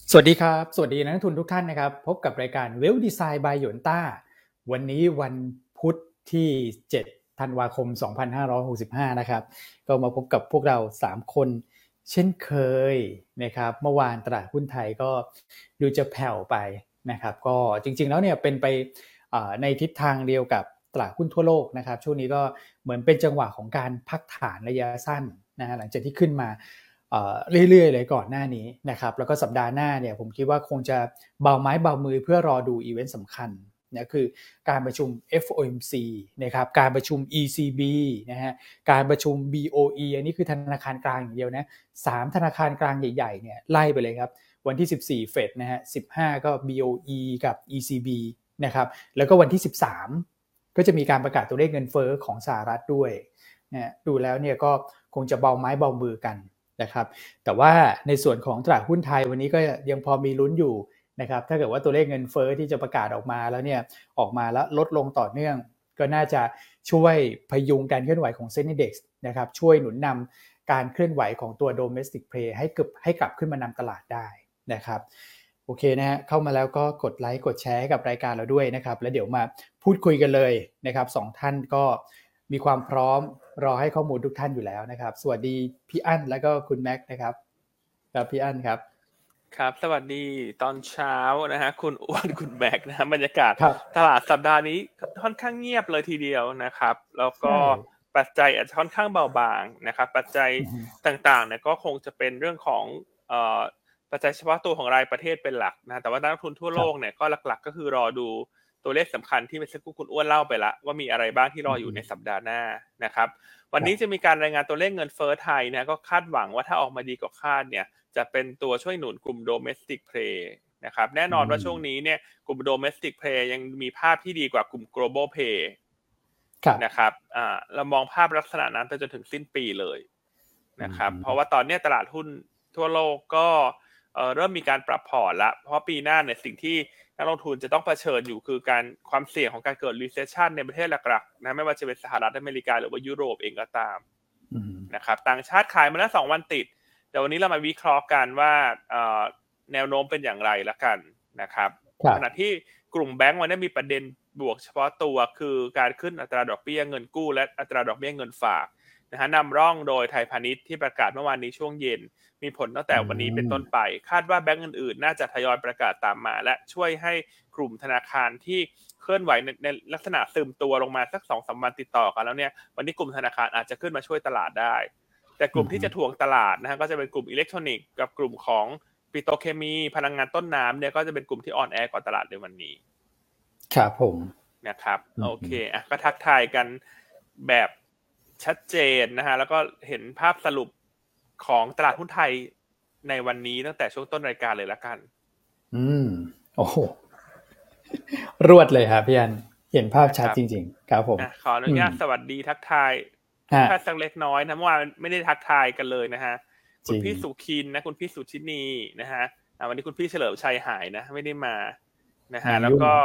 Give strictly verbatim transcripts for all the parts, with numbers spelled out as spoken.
สวัสดีครับสวัสดีนักลงทุนทุกท่านนะครับพบกับรายการ Wealth Design by หยวนต้าวันนี้วันพุธที่เจ็ดธันวาคมสองพันห้าร้อยหกสิบห้านะครับก็มาพบกับพวกเราสามคนเช่นเคยนะครับเมื่อวานตลาดหุ้นไทยก็ดูจะแผ่วไปนะครับก็จริงๆแล้วเนี่ยเป็นไปในทิศทางเดียวกับตลาดหุ้นทั่วโลกนะครับช่วงนี้ก็เหมือนเป็นจังหวะของการพักฐานระยะสั้นนะฮะหลังจากที่ขึ้นมาเรื่อยๆเลยก่อนหน้านี้นะครับแล้วก็สัปดาห์หน้าเนี่ยผมคิดว่าคงจะเบาไม้เบามือเพื่อรอดูอีเวนต์สำคัญนะคือการประชุม เอฟ โอ เอ็ม ซี นะครับการประชุม อี ซี บี นะฮะการประชุม บี โอ อี อันนี้คือธนาคารกลางอย่างเดียวนะสามธนาคารกลางใหญ่ๆเนี่ยไล่ไปเลยครับวันที่สิบสี่เฟดนะฮะสิบห้าก็ บี โอ อี กับ อี ซี บี นะครับแล้วก็วันที่สิบสามก็จะมีการประกาศตัวเลขเงินเฟ้อของสหรัฐด้วยนะดูแล้วเนี่ยก็คงจะเบาไม้เบามือกันนะครับแต่ว่าในส่วนของตลาดหุ้นไทยวันนี้ก็ยังพอมีลุ้นอยู่นะครับถ้าเกิดว่าตัวเลขเงินเฟ้อที่จะประกาศออกมาแล้วเนี่ยออกมาแล้วลดลงต่อเนื่องก็น่าจะช่วยพยุงการเคลื่อนไหวของ Set Index นะครับช่วยหนุนนำการเคลื่อนไหวของตัว Domestic Play ให้กลับให้กลับขึ้นมานำตลาดได้นะครับโอเคนะฮะเข้ามาแล้วก็กดไลค์กดแชร์กับรายการเราด้วยนะครับแล้วเดี๋ยวมาพูดคุยกันเลยนะครับสองท่านก็มีความพร้อมรอให้ข้อมูลทุกท่านอยู่แล้วนะครับสวัสดีพี่อั้นแล้วก็คุณแม็กนะครับครับพี่อั้นครับครับสวัสดีตอนเช้านะฮะคุณอ้วนคุณแม็กนะฮะบรรยากาศตลาดสัปดาห์นี้ค่อนข้างเงียบเลยทีเดียวนะครับแล้วก็ปัจจัยอาจจะค่อนข้างเบาบางนะครับปัจจัยต่างๆเนี่ยก็คงจะเป็นเรื่องของเอ่อปัจจัยเฉพาะตัวของรายประเทศเป็นหลักนะแต่ว่านักลงทุนทั่วโลกเนี่ยก็หลักๆก็คือรอดูตัวเลขสำคัญที่เมื่อสักครู่คุณอ้วนเล่าไปละว่ามีอะไรบ้างที่รออยู่ในสัปดาห์หน้านะครับวันนี้จะมีการรายงานตัวเลขเงินเฟ้อไทยนะก็คาดหวังว่าถ้าออกมาดีกว่าคาดเนี่ยจะเป็นตัวช่วยหนุนกลุ่ม domestic play นะครับแน่นอนว่าช่วงนี้เนี่ยกลุ่ม domestic play ยังมีภาพที่ดีกว่ากลุ่ม global play นะครับอ่าเรามองภาพลักษณะนั้นไปจนถึงสิ้นปีเลยนะครับเพราะว่าตอนนี้ตลาดหุ้นทั่วโลกก็เอ่อเริ่มมีการปรับพอร์ตละเพราะปีหน้าเนี่ยสิ่งที่นักลงทุนจะต้องเผชิญอยู่คือการความเสี่ยงของการเกิด recession ในประเทศหลักๆนะไม่ว่าจะเป็นสหรัฐอเมริกาหรือว่ายุโรปเองก็ตามนะครับต่างชาติขายมาแล้วสองวันติดแต่วันนี้เรามาวิเคราะห์กันว่าแนวโน้มเป็นอย่างไรละกันนะครับขณะที่กลุ่มแบงก์วันนี้มีประเด็นบวกเฉพาะตัวคือการขึ้นอัตราดอกเบี้ยเงินกู้และอัตราดอกเบี้ยเงินฝากนะฮะนำร่องโดยไทยพาณิชย์ที่ประกาศเมื่อวานนี้ช่วงเย็นมีผลตั้งแต่วันนี้เป็นต้นไปคาดว่าแบงก์อื่นๆน่าจะทยอยประกาศตามมาและช่วยให้กลุ่มธนาคารที่เคลื่อนไหวในลักษณะซึมตัวลงมาสัก สองถึงสาม วันติดต่อกันแล้วเนี่ยวันนี้กลุ่มธนาคารอาจจะขึ้นมาช่วยตลาดได้แต่กลุ่มที่จะถ่วงตลาดนะฮะก็จะเป็นกลุ่มอิเล็กทรอนิกส์กับกลุ่มของปิโตรเคมีพลังงานต้นน้ำเนี่ยก็จะเป็นกลุ่มที่อ่อนแอกว่าตลาดในวันนี้ครับผมนะครับโอเคอ่ะก็ทักทายกันแบบชัดเจนนะฮะแล้วก็เห็นภาพสรุปของตลาดหุ้นไทยในวันนี้ตั้งแต่ช่วงต้นรายการเลยละกันอืมโอ้โหรวดเลยครับพี่อันเห็นภาพชัดจริงๆครับผมขออนุญาตสวัสดีทักทายทุกท่านสักเล็กน้อยนะเมื่อวานไม่ได้ทักทายกันเลยนะฮะคุณพี่สุขินนะคุณพี่สุชินีนะฮะวันนี้คุณพี่เฉลิมชัยหายนะไม่ได้มานะฮะแล้วก็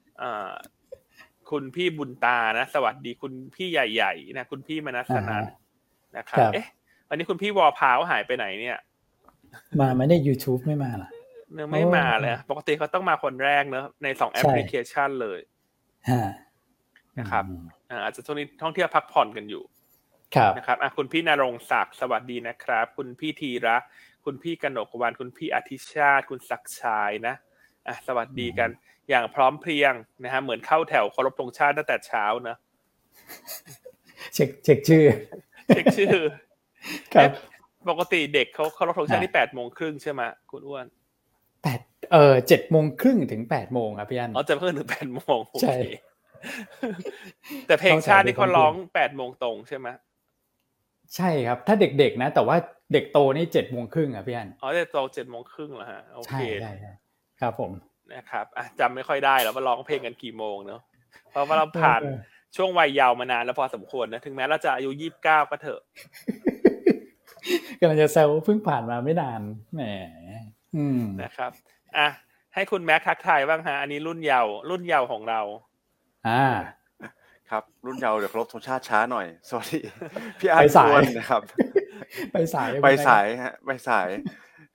คุณพี่บุญตานะสวัสดีคุณพี่ใหญ่ๆนะคุณพี่มนัสนันท์นะครับเอ๊ะวันนี้คุณพี่วอพาวหายไปไหนเนี่ยมาไม่ได้ YouTube ไม่มาหรอยังไม่มาเลยปกติเขาต้องมาคนแรกเนอะในสองแอปพลิเคชันเลยนะครับอาจจะช่วงนี้ท่องเที่ยวพักผ่อนกันอยู่นะครับคุณพี่ณรงค์ศักดิ์สวัสดีนะครับคุณพี่ธีระคุณพี่กนกวรรณคุณพี่อธิชาติคุณศักดิ์ชัยนะอ่ะสวัสดีกันอย่างพร้อมเพรียงนะฮะเหมือนเข้าแถวเคารพธงชาติตั้งแต่เช้านะเช็คเช็คชื่อเช็คชื่อครับปกติเด็กเขาเคารพธงชาติที่แปดโมงครึ่งใช่ไหมคุณอ้วนแปดเอ่อเจ็ดโมงครึ่งถึงแปดโมงครับพี่อันอ๋อเจ็ดโมงครึ่งถึงแปดโมงใช่แต่เพลงชาตินี่เขาร้องแปดโมงตรงใช่ไหมใช่ครับถ้าเด็กๆนะแต่ว่าเด็กโตนี่เจ็ดโมงครึ่งอ่ะพี่อันอ๋อเด็กโตเจ็ดโมงครึ่งเหรอฮะโอเคใช่ครับผมนะครับอ่ะจำไม่ค่อยได้แล้วว่าร้องเพลงกันกี่โมงเนอะเพราะว่าเราผ่านช่วงวัยเยาว์มานานแล้วพอสมควรนะถึงแม้เราจะอายุยี่สิบเก้าก็เถอะกำลังจะแซวเพิ่งผ่านมาไม่นานแหมอืมนะครับอ่ะให้คุณแม็กทักทายบ้างฮะอันนี้รุ่นเยาว์รุ่นเยาว์ของเราอ่าครับรุ่นเยาว์เดี๋ยวเคารพธงชาติช้าหน่อยสวัสดีพี่อาร์ตนะครับไปสายไปสายฮะไปสาย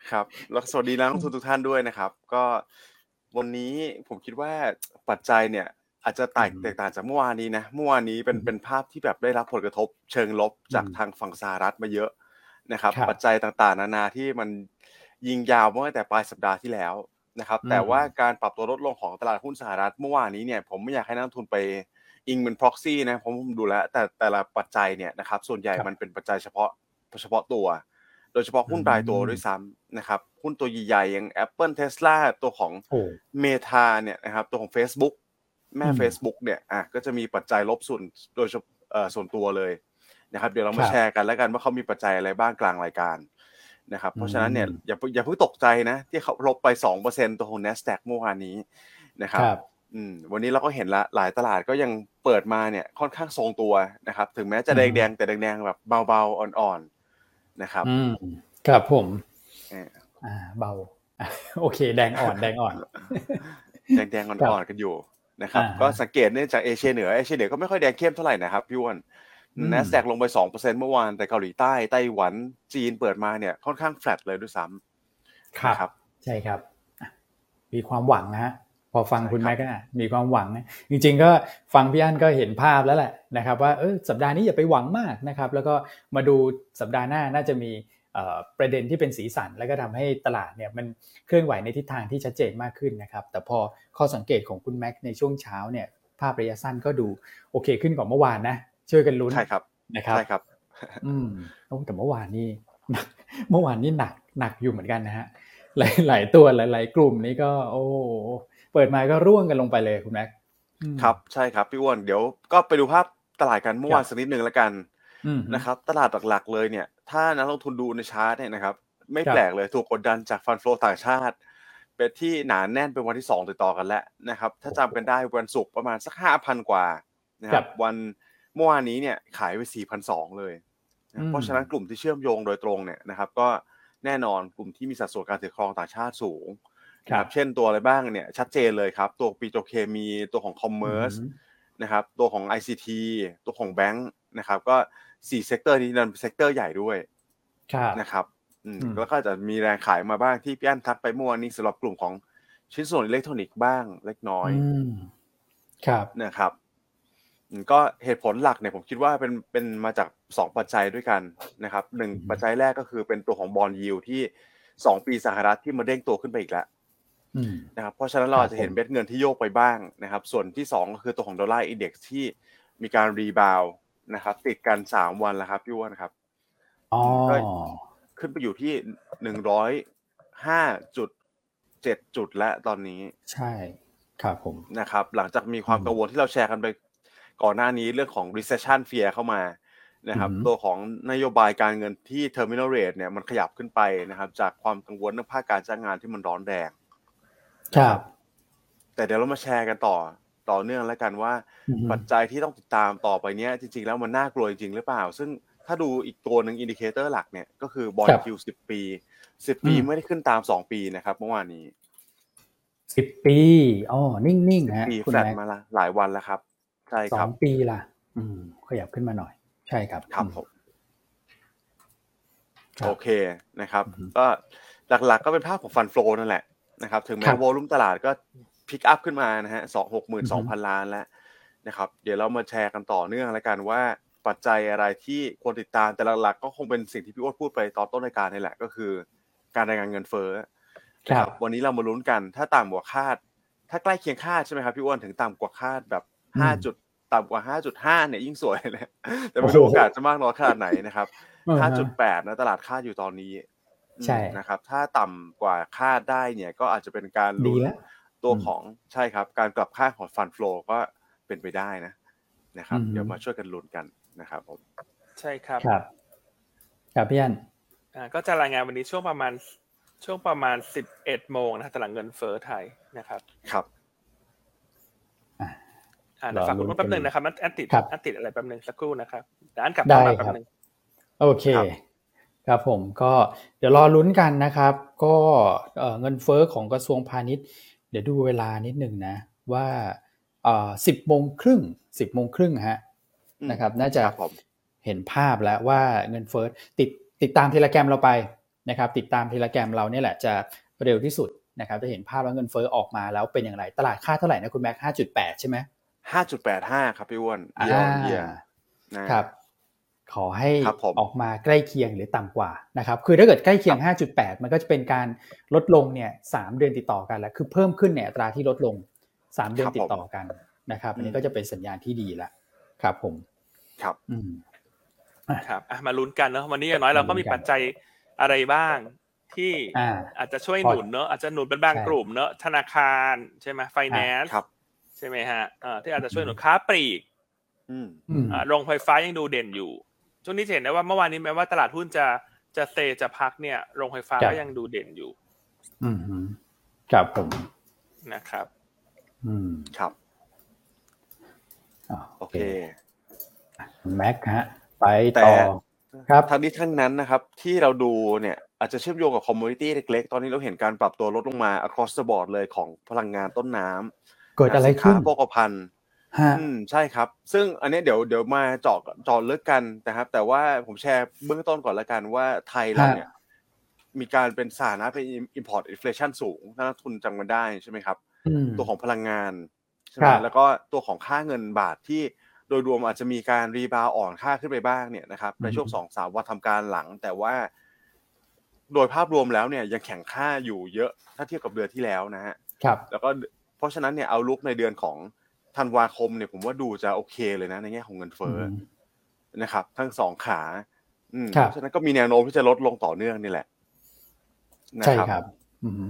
ครับแล้วสวัสดีนักลงทุนทุกท่านด้วยนะครับก็วันนี้ผมคิดว่าปัจจัยเนี่ยอาจจะแตอืกมแตกต่างจากเมื่อวานนี้นะเมื่อวานนี้เป็นอืมเป็นภาพที่แบบได้รับผลกระทบเชิงลบอืมจากทางฝั่งสหรัฐมาเยอะนะครับครับปัจจัยต่างๆนานาที่มันยิงยาวมาตั้งแต่ปลายสัปดาห์ที่แล้วนะครับอืแต่ว่ามการปรับตัวลดลงของตลาดหุ้นสหรัฐเมื่อวานนี้เนี่ยผมไม่อยากให้นักลงทุนไปอิงเป็น proxy นะเพราะผมดูแล้วแต่แต่ละปัจจัยเนี่ยนะครับส่วนใหญ่ครับมันเป็นปัจจัยเฉพาะเฉพาะตัว โดยเฉพาะอืหุ้นรายตัวด้วยมซ้ำนะครับหุ้นตัวใหญ่ๆอย่าง Apple Tesla ตัวของโอ้ Meta เนี่ยนะครับตัวของ Facebook แม่อืม Facebook เนี่ยอ่ะก็จะมีปัจจัยลบส่วนโดยเฉพาะเอ่อส่วนตัวเลยนะครับเดี๋ยวเราครับมาแชร์กันแล้วกันว่าเขามีปัจจัยอะไรบ้างกลางรายการนะครับอืเพราะฉะนั้นเนี่ยอย่ามอย่าเพิ่งตกใจนะที่เขาลบไป สองเปอร์เซ็นต์ ตัวของ NASDAQ เมื่อวานนี้นะครับครับอืมวันนี้เราก็เห็นละหลายตลาดก็ยังเปิดมาเนี่ยค่อนข้างทรงตัวนะครับถึงแม้จะอืแมดงๆแต่แดงๆแบบเบาๆอ่อนๆนะครับอืมครับผมเอออ่าเบาโอเคแดงอ่อนแดงอ่อนแดงๆครับอ่อนๆกันอยู่นะครับอ่าก็ฮะสังเกตเนี่ยจากเอเชียเหนือเอเชียเหนือก็ไม่ค่อยแดงเข้มเท่าไหร่นะครับพี่อ้วนอืม NASDAQ ลงไป สองเปอร์เซ็นต์ เมื่อวานแต่เกาหลีใต้ไต้หวันจีนเปิดมาเนี่ยค่อนข้างแฟลตเลยด้วยซ้คำรับนะครับใช่ครับอ่ะมีความหวังนะฮะพอฟังใช่คุณครับแม็กก็มีความหวังนะจริงๆก็ฟังพี่อั้นก็เห็นภาพแล้วแหละนะครับว่าเออสัปดาห์นี้อย่าไปหวังมากนะครับแล้วก็มาดูสัปดาห์หน้าน่าจะมีเอ่อประเด็นที่เป็นสีสันแล้วก็ทำให้ตลาดเนี่ยมันเคลื่อนไหวในทิศทางที่ชัดเจนมากขึ้นนะครับแต่พอข้อสังเกตของคุณแม็กในช่วงเช้าเนี่ยภาพระยะสั้นก็ดูโอเคขึ้นกว่าเมื่อวานนะช่วยกันลุ้นใช่ครับนะครับใช่ครับอืมโอ้แต่เมื่อวานนี่ หนักเมื่อวานนี่หนักหนักอยู่เหมือนกันนะฮะหลายหลายตัวหลายๆกลุ่มนี้ก็โอ้เปิดมาก็ร่วงกันลงไปเลยคุณแม็กอืมครับใช่ครับพี่อ้วนเดี๋ยวก็ไปดูภาพตลาดกันเมื่อวานครับสักนิดหนึ่งแล้วกันอืมฮึนะครับตลาดหลักๆเลยเนี่ยถ้านักลงทุนดูในชาร์ตเนี่ยนะครับไม่ครับแปลกเลยถูกกดดันจากฟันโฟลต่างชาติเป็นที่หนาแน่นเป็นวันที่สองติดต่อกันแล้วนะครับถ้าจำกันได้วันศุกร์ประมาณสัก ห้าพัน กว่านะครัครับบวันเมื่อวานนี้เนี่ยขายไป สี่พันสองร้อย เลยนะอืมเพราะฉะนั้นกลุ่มที่เชื่อมโยงโดยตรงเนี่ยนะครับก็แน่นอนกลุ่มที่มีสัดส่วนการถือครองต่างชาติสูงคนะรับครับเช่นตัวอะไรบ้างเนี่ยชัดเจนเลยครับตัวปิโตรเคมีตัวของคอมเมอือร์สมนะครับตัวของ ไอ ซี ที ตัวของแบงค์นะครับก็สี่เซกเตอร์นี้นั้นเป็นเซกเตอร์ใหญ่ด้วยครับนะครับอืมอืมแล้วก็จะมีแรงขายมาบ้างที่พี่อั้นทักไปเมื่อวานนี้สำหรับกลุ่มของชิ้นส่วนอิเล็กทรอนิกส์บ้างเล็กน้อยอืมครับนะครับอืมก็เหตุผลหลักเนี่ยผมคิดว่าเป็นเป็นมาจากสองปัจจัยด้วยกันนะครับหนึ่งปัจจัยแรกก็คือเป็นตัวของบอนด์ยิลด์ที่สองปีสหรัฐที่มาเด้งตัวขึ้นไปอีกแล้วอืมนะครับเพราะฉะนั้นครับเราอาจจะเห็นผมเม็ดเงินที่โยกไปบ้างนะครับส่วนที่สองก็คือตัวของดอลลาร์อินเด็กซ์ที่มีการรีบาวด์นะครับติดกันสามวันแล้วครับพี่อ้วนครับอ๋ออืมก็ขึ้นไปอยู่ที่หนึ่งร้อยห้าจุดเจ็ดจุดแล้วตอนนี้ใช่ครับผมนะครับหลังจากมีคอืมวามกังวลที่เราแชร์กันไปก่อนหน้านี้เรื่องของ recession fear เข้ามานะอืครับมตัวของนโยบายการเงินที่ terminal rate เนี่ยมันขยับขึ้นไปนะครับจากความกังวลเรื่องภาคการจ้างงานที่มันร้อนแรงคนะครับรับแต่เดี๋ยวเรามาแชร์กันต่อต่อเนื่องแล้วกันว่าอืมปัจจัยที่ต้องติดตามต่อไปเนี้ยจริงๆแล้วมันน่ากลัวจริงๆหรือเปล่าซึ่งถ้าดูอีกตัวหนึ่งอินดิเคเตอร์หลักเนี่ยก็คือบอครับลคิวสิบปีสิบอืมปีไม่ได้ขึ้นตามสองปีนะครับเมื่อวานนี้สิบปีอ๋อนิ่งสิบๆฮะปีคุณแม็กแฟลตมาละหลายวันแล้วครับใช่สองครับปีล่ะอืมขยับขึ้นมาหน่อยใช่ครับอืมครับผมครับโอเคนะครับอืมก็หลักๆก็เป็นภาพของฟันโฟลนั่นแหละนะครับถึงคแม้รับโวลุ่มตลาดก็พิกอัพขึ้นมานะฮะสองหกหมื่นอืสองพันล้านแล้ว นะครับเดี๋ยวเรามาแชร์กันต่อเนื่องแล้วกันว่าปัจจัยอะไรที่ควรติดตามแต่หลักๆก็คงเป็นสิ่งที่พี่อ้วนพูดไปตอนต้นรายการนี่แหละก็คือการรายงานเงินเฟ้อคนะครับรับวันนี้เรามาลุ้นกันถ้าต่ำกว่าคาดถ้าใกล้เคียงคาดใช่ไหมครับพี่อ้วนถึงต่ำกว่าคาดแบบอืห้าม จุดต่ำกว่า ห้าจุดห้า เนี่ยยิ่งสวยเลยแต่โอ้โหไม่รู้โอกาสจะมากน้อยขนาดไหนนะครับเออฮะห้าจุดแปด นะตลาดคาดอยู่ตอนนี้อืใช่มนะครับถ้าต่ำกว่าคาดได้เนี่ยก็อาจจะเป็นการลุ้นดีแล้วตัวอืมของใช่ครับการกลับค่าของฟันโฟลก็เป็นไปได้นะ นะครัอืมบเดี๋ยวมาช่วยกันลุ้นกันนะครับผมใช่ครับครับครับพี่อันอ่าก็จะรายงานวันนี้ช่วงประมาณช่วงประมาณสิบเอ็ดโมงนะตลาดเงินเฟ้อไทยนะครับครับอ่ะอ่ารอฝากคุณลุ้นนุ่นแป๊บหนึ่งนะครับอันติดครับอันติดอะไรแป๊บหนึ่งสักครู่นะครับเดี๋ยวอันกลับได้เข้ามาแป๊ครับ บหนึ่งโอเคครับครับผมก็เดี๋ยวรอลุ้นกันนะครับ ก็เอ่อเงินเฟ้อของกระทรวงพาณิชย์เดี๋ยวดูเวลานิดหนึ่งนะว่าเอ่อสิบโมงครึ่งสิบโมงครึ่งฮะอืมนะครับน่าจะครับผมเห็นภาพแล้วว่าเงินเฟ้อติดติดตามเทเลแกรมเราไปนะครับติดตาม Telegram เราเนี่ยแหละจะเร็วที่สุดนะครับจะเห็นภาพว่าเงินเฟ้อออกมาแล้วเป็นอย่างไรตลาดคาดเท่าไหร่นะคุณแม็ก ห้าจุดแปด ใช่ไหมห้าจุดแปดห้า ครับพี่อ้วน year on year นะครับขอให้ออกมาใกล้เคียงหรือต่ำกว่านะครับคือถ้าเกิดใกล้เคียง ห้าจุดแปด มันก็จะเป็นการลดลงเนี่ยสามเดือนติดต่อกันแล้วคือเพิ่มขึ้นเนี่ยอัตราที่ลดลงสามเดือนติดต่อกันนะครับอันนี้ก็จะเป็นสัญญาณที่ดีแล้วครับผมครับอืมครับอ่ะมาลุ้นกันเนาะวันนี้อย่างน้อยเราก็มีปัจจัยอะไรบ้างที่อาจจะช่วยหนุนเนาะอาจจะหนุนเป็นบางกลุ่มเนาะธนาคารใช่ไหมไฟแนนซ์ใช่ไหมฮะอ่าที่อาจจะช่วยหนุนค้าปลีกอืมอ่าโรงไฟฟ้ายังดูเด่นอยู่ช่วงนี้เห็นได้ว่าเมื่อวานนี้แม้ว่าตลาดหุ้นจะจะเซจะพักเนี่ยโรงไฟฟ้าก็ยังดูเด่นอยู่อืมครับผมนะครับอืมครับโอเคแม็กฮะไปต่อครับทั้งนี้ทั้งนั้นนะครับที่เราดูเนี่ยอาจจะเชื่อมโยงกับคอมมูนิตี้เล็กๆตอนนี้เราเห็นการปรับตัวลดลงมา across the board เลยของพลังงานต้นน้ำเกิดอะไรขึ้นโภคภัณฑ์อืมใช่ครับซึ่งอันนี้เดี๋ยวเดี๋ยวมาเจาะเจาะลึกกันนะครับแต่ว่าผมแชร์เบื้องต้นก่อนละกันว่าไทยเราเนี่ยมีการเป็นสถานะเป็น import inflation สูงนักทุนจำกันได้ใช่ไหมครับตัวของพลังงานใช่ไหมแล้วก็ตัวของค่าเงินบาทที่โดยรวมอาจจะมีการรีบาวอ่อนค่าขึ้นไปบ้างเนี่ยนะครับในช่วง สองถึงสาม วันทำการหลังแต่ว่าโดยภาพรวมแล้วเนี่ยยังแข็งค่าอยู่เยอะถ้าเทียบกับเดือนที่แล้วนะฮะครับแล้วก็เพราะฉะนั้นเนี่ยเอาลุกในเดือนของธันวาคมเนี่ยผมว่าดูจะโอเคเลยนะในแง่ของเงินเฟ้อนะครับทั้งสองขาอืมเพราะฉะนั้นก็มีแนวโน้มที่จะลดลงต่อเนื่องนี่แหละใช่ครับอืม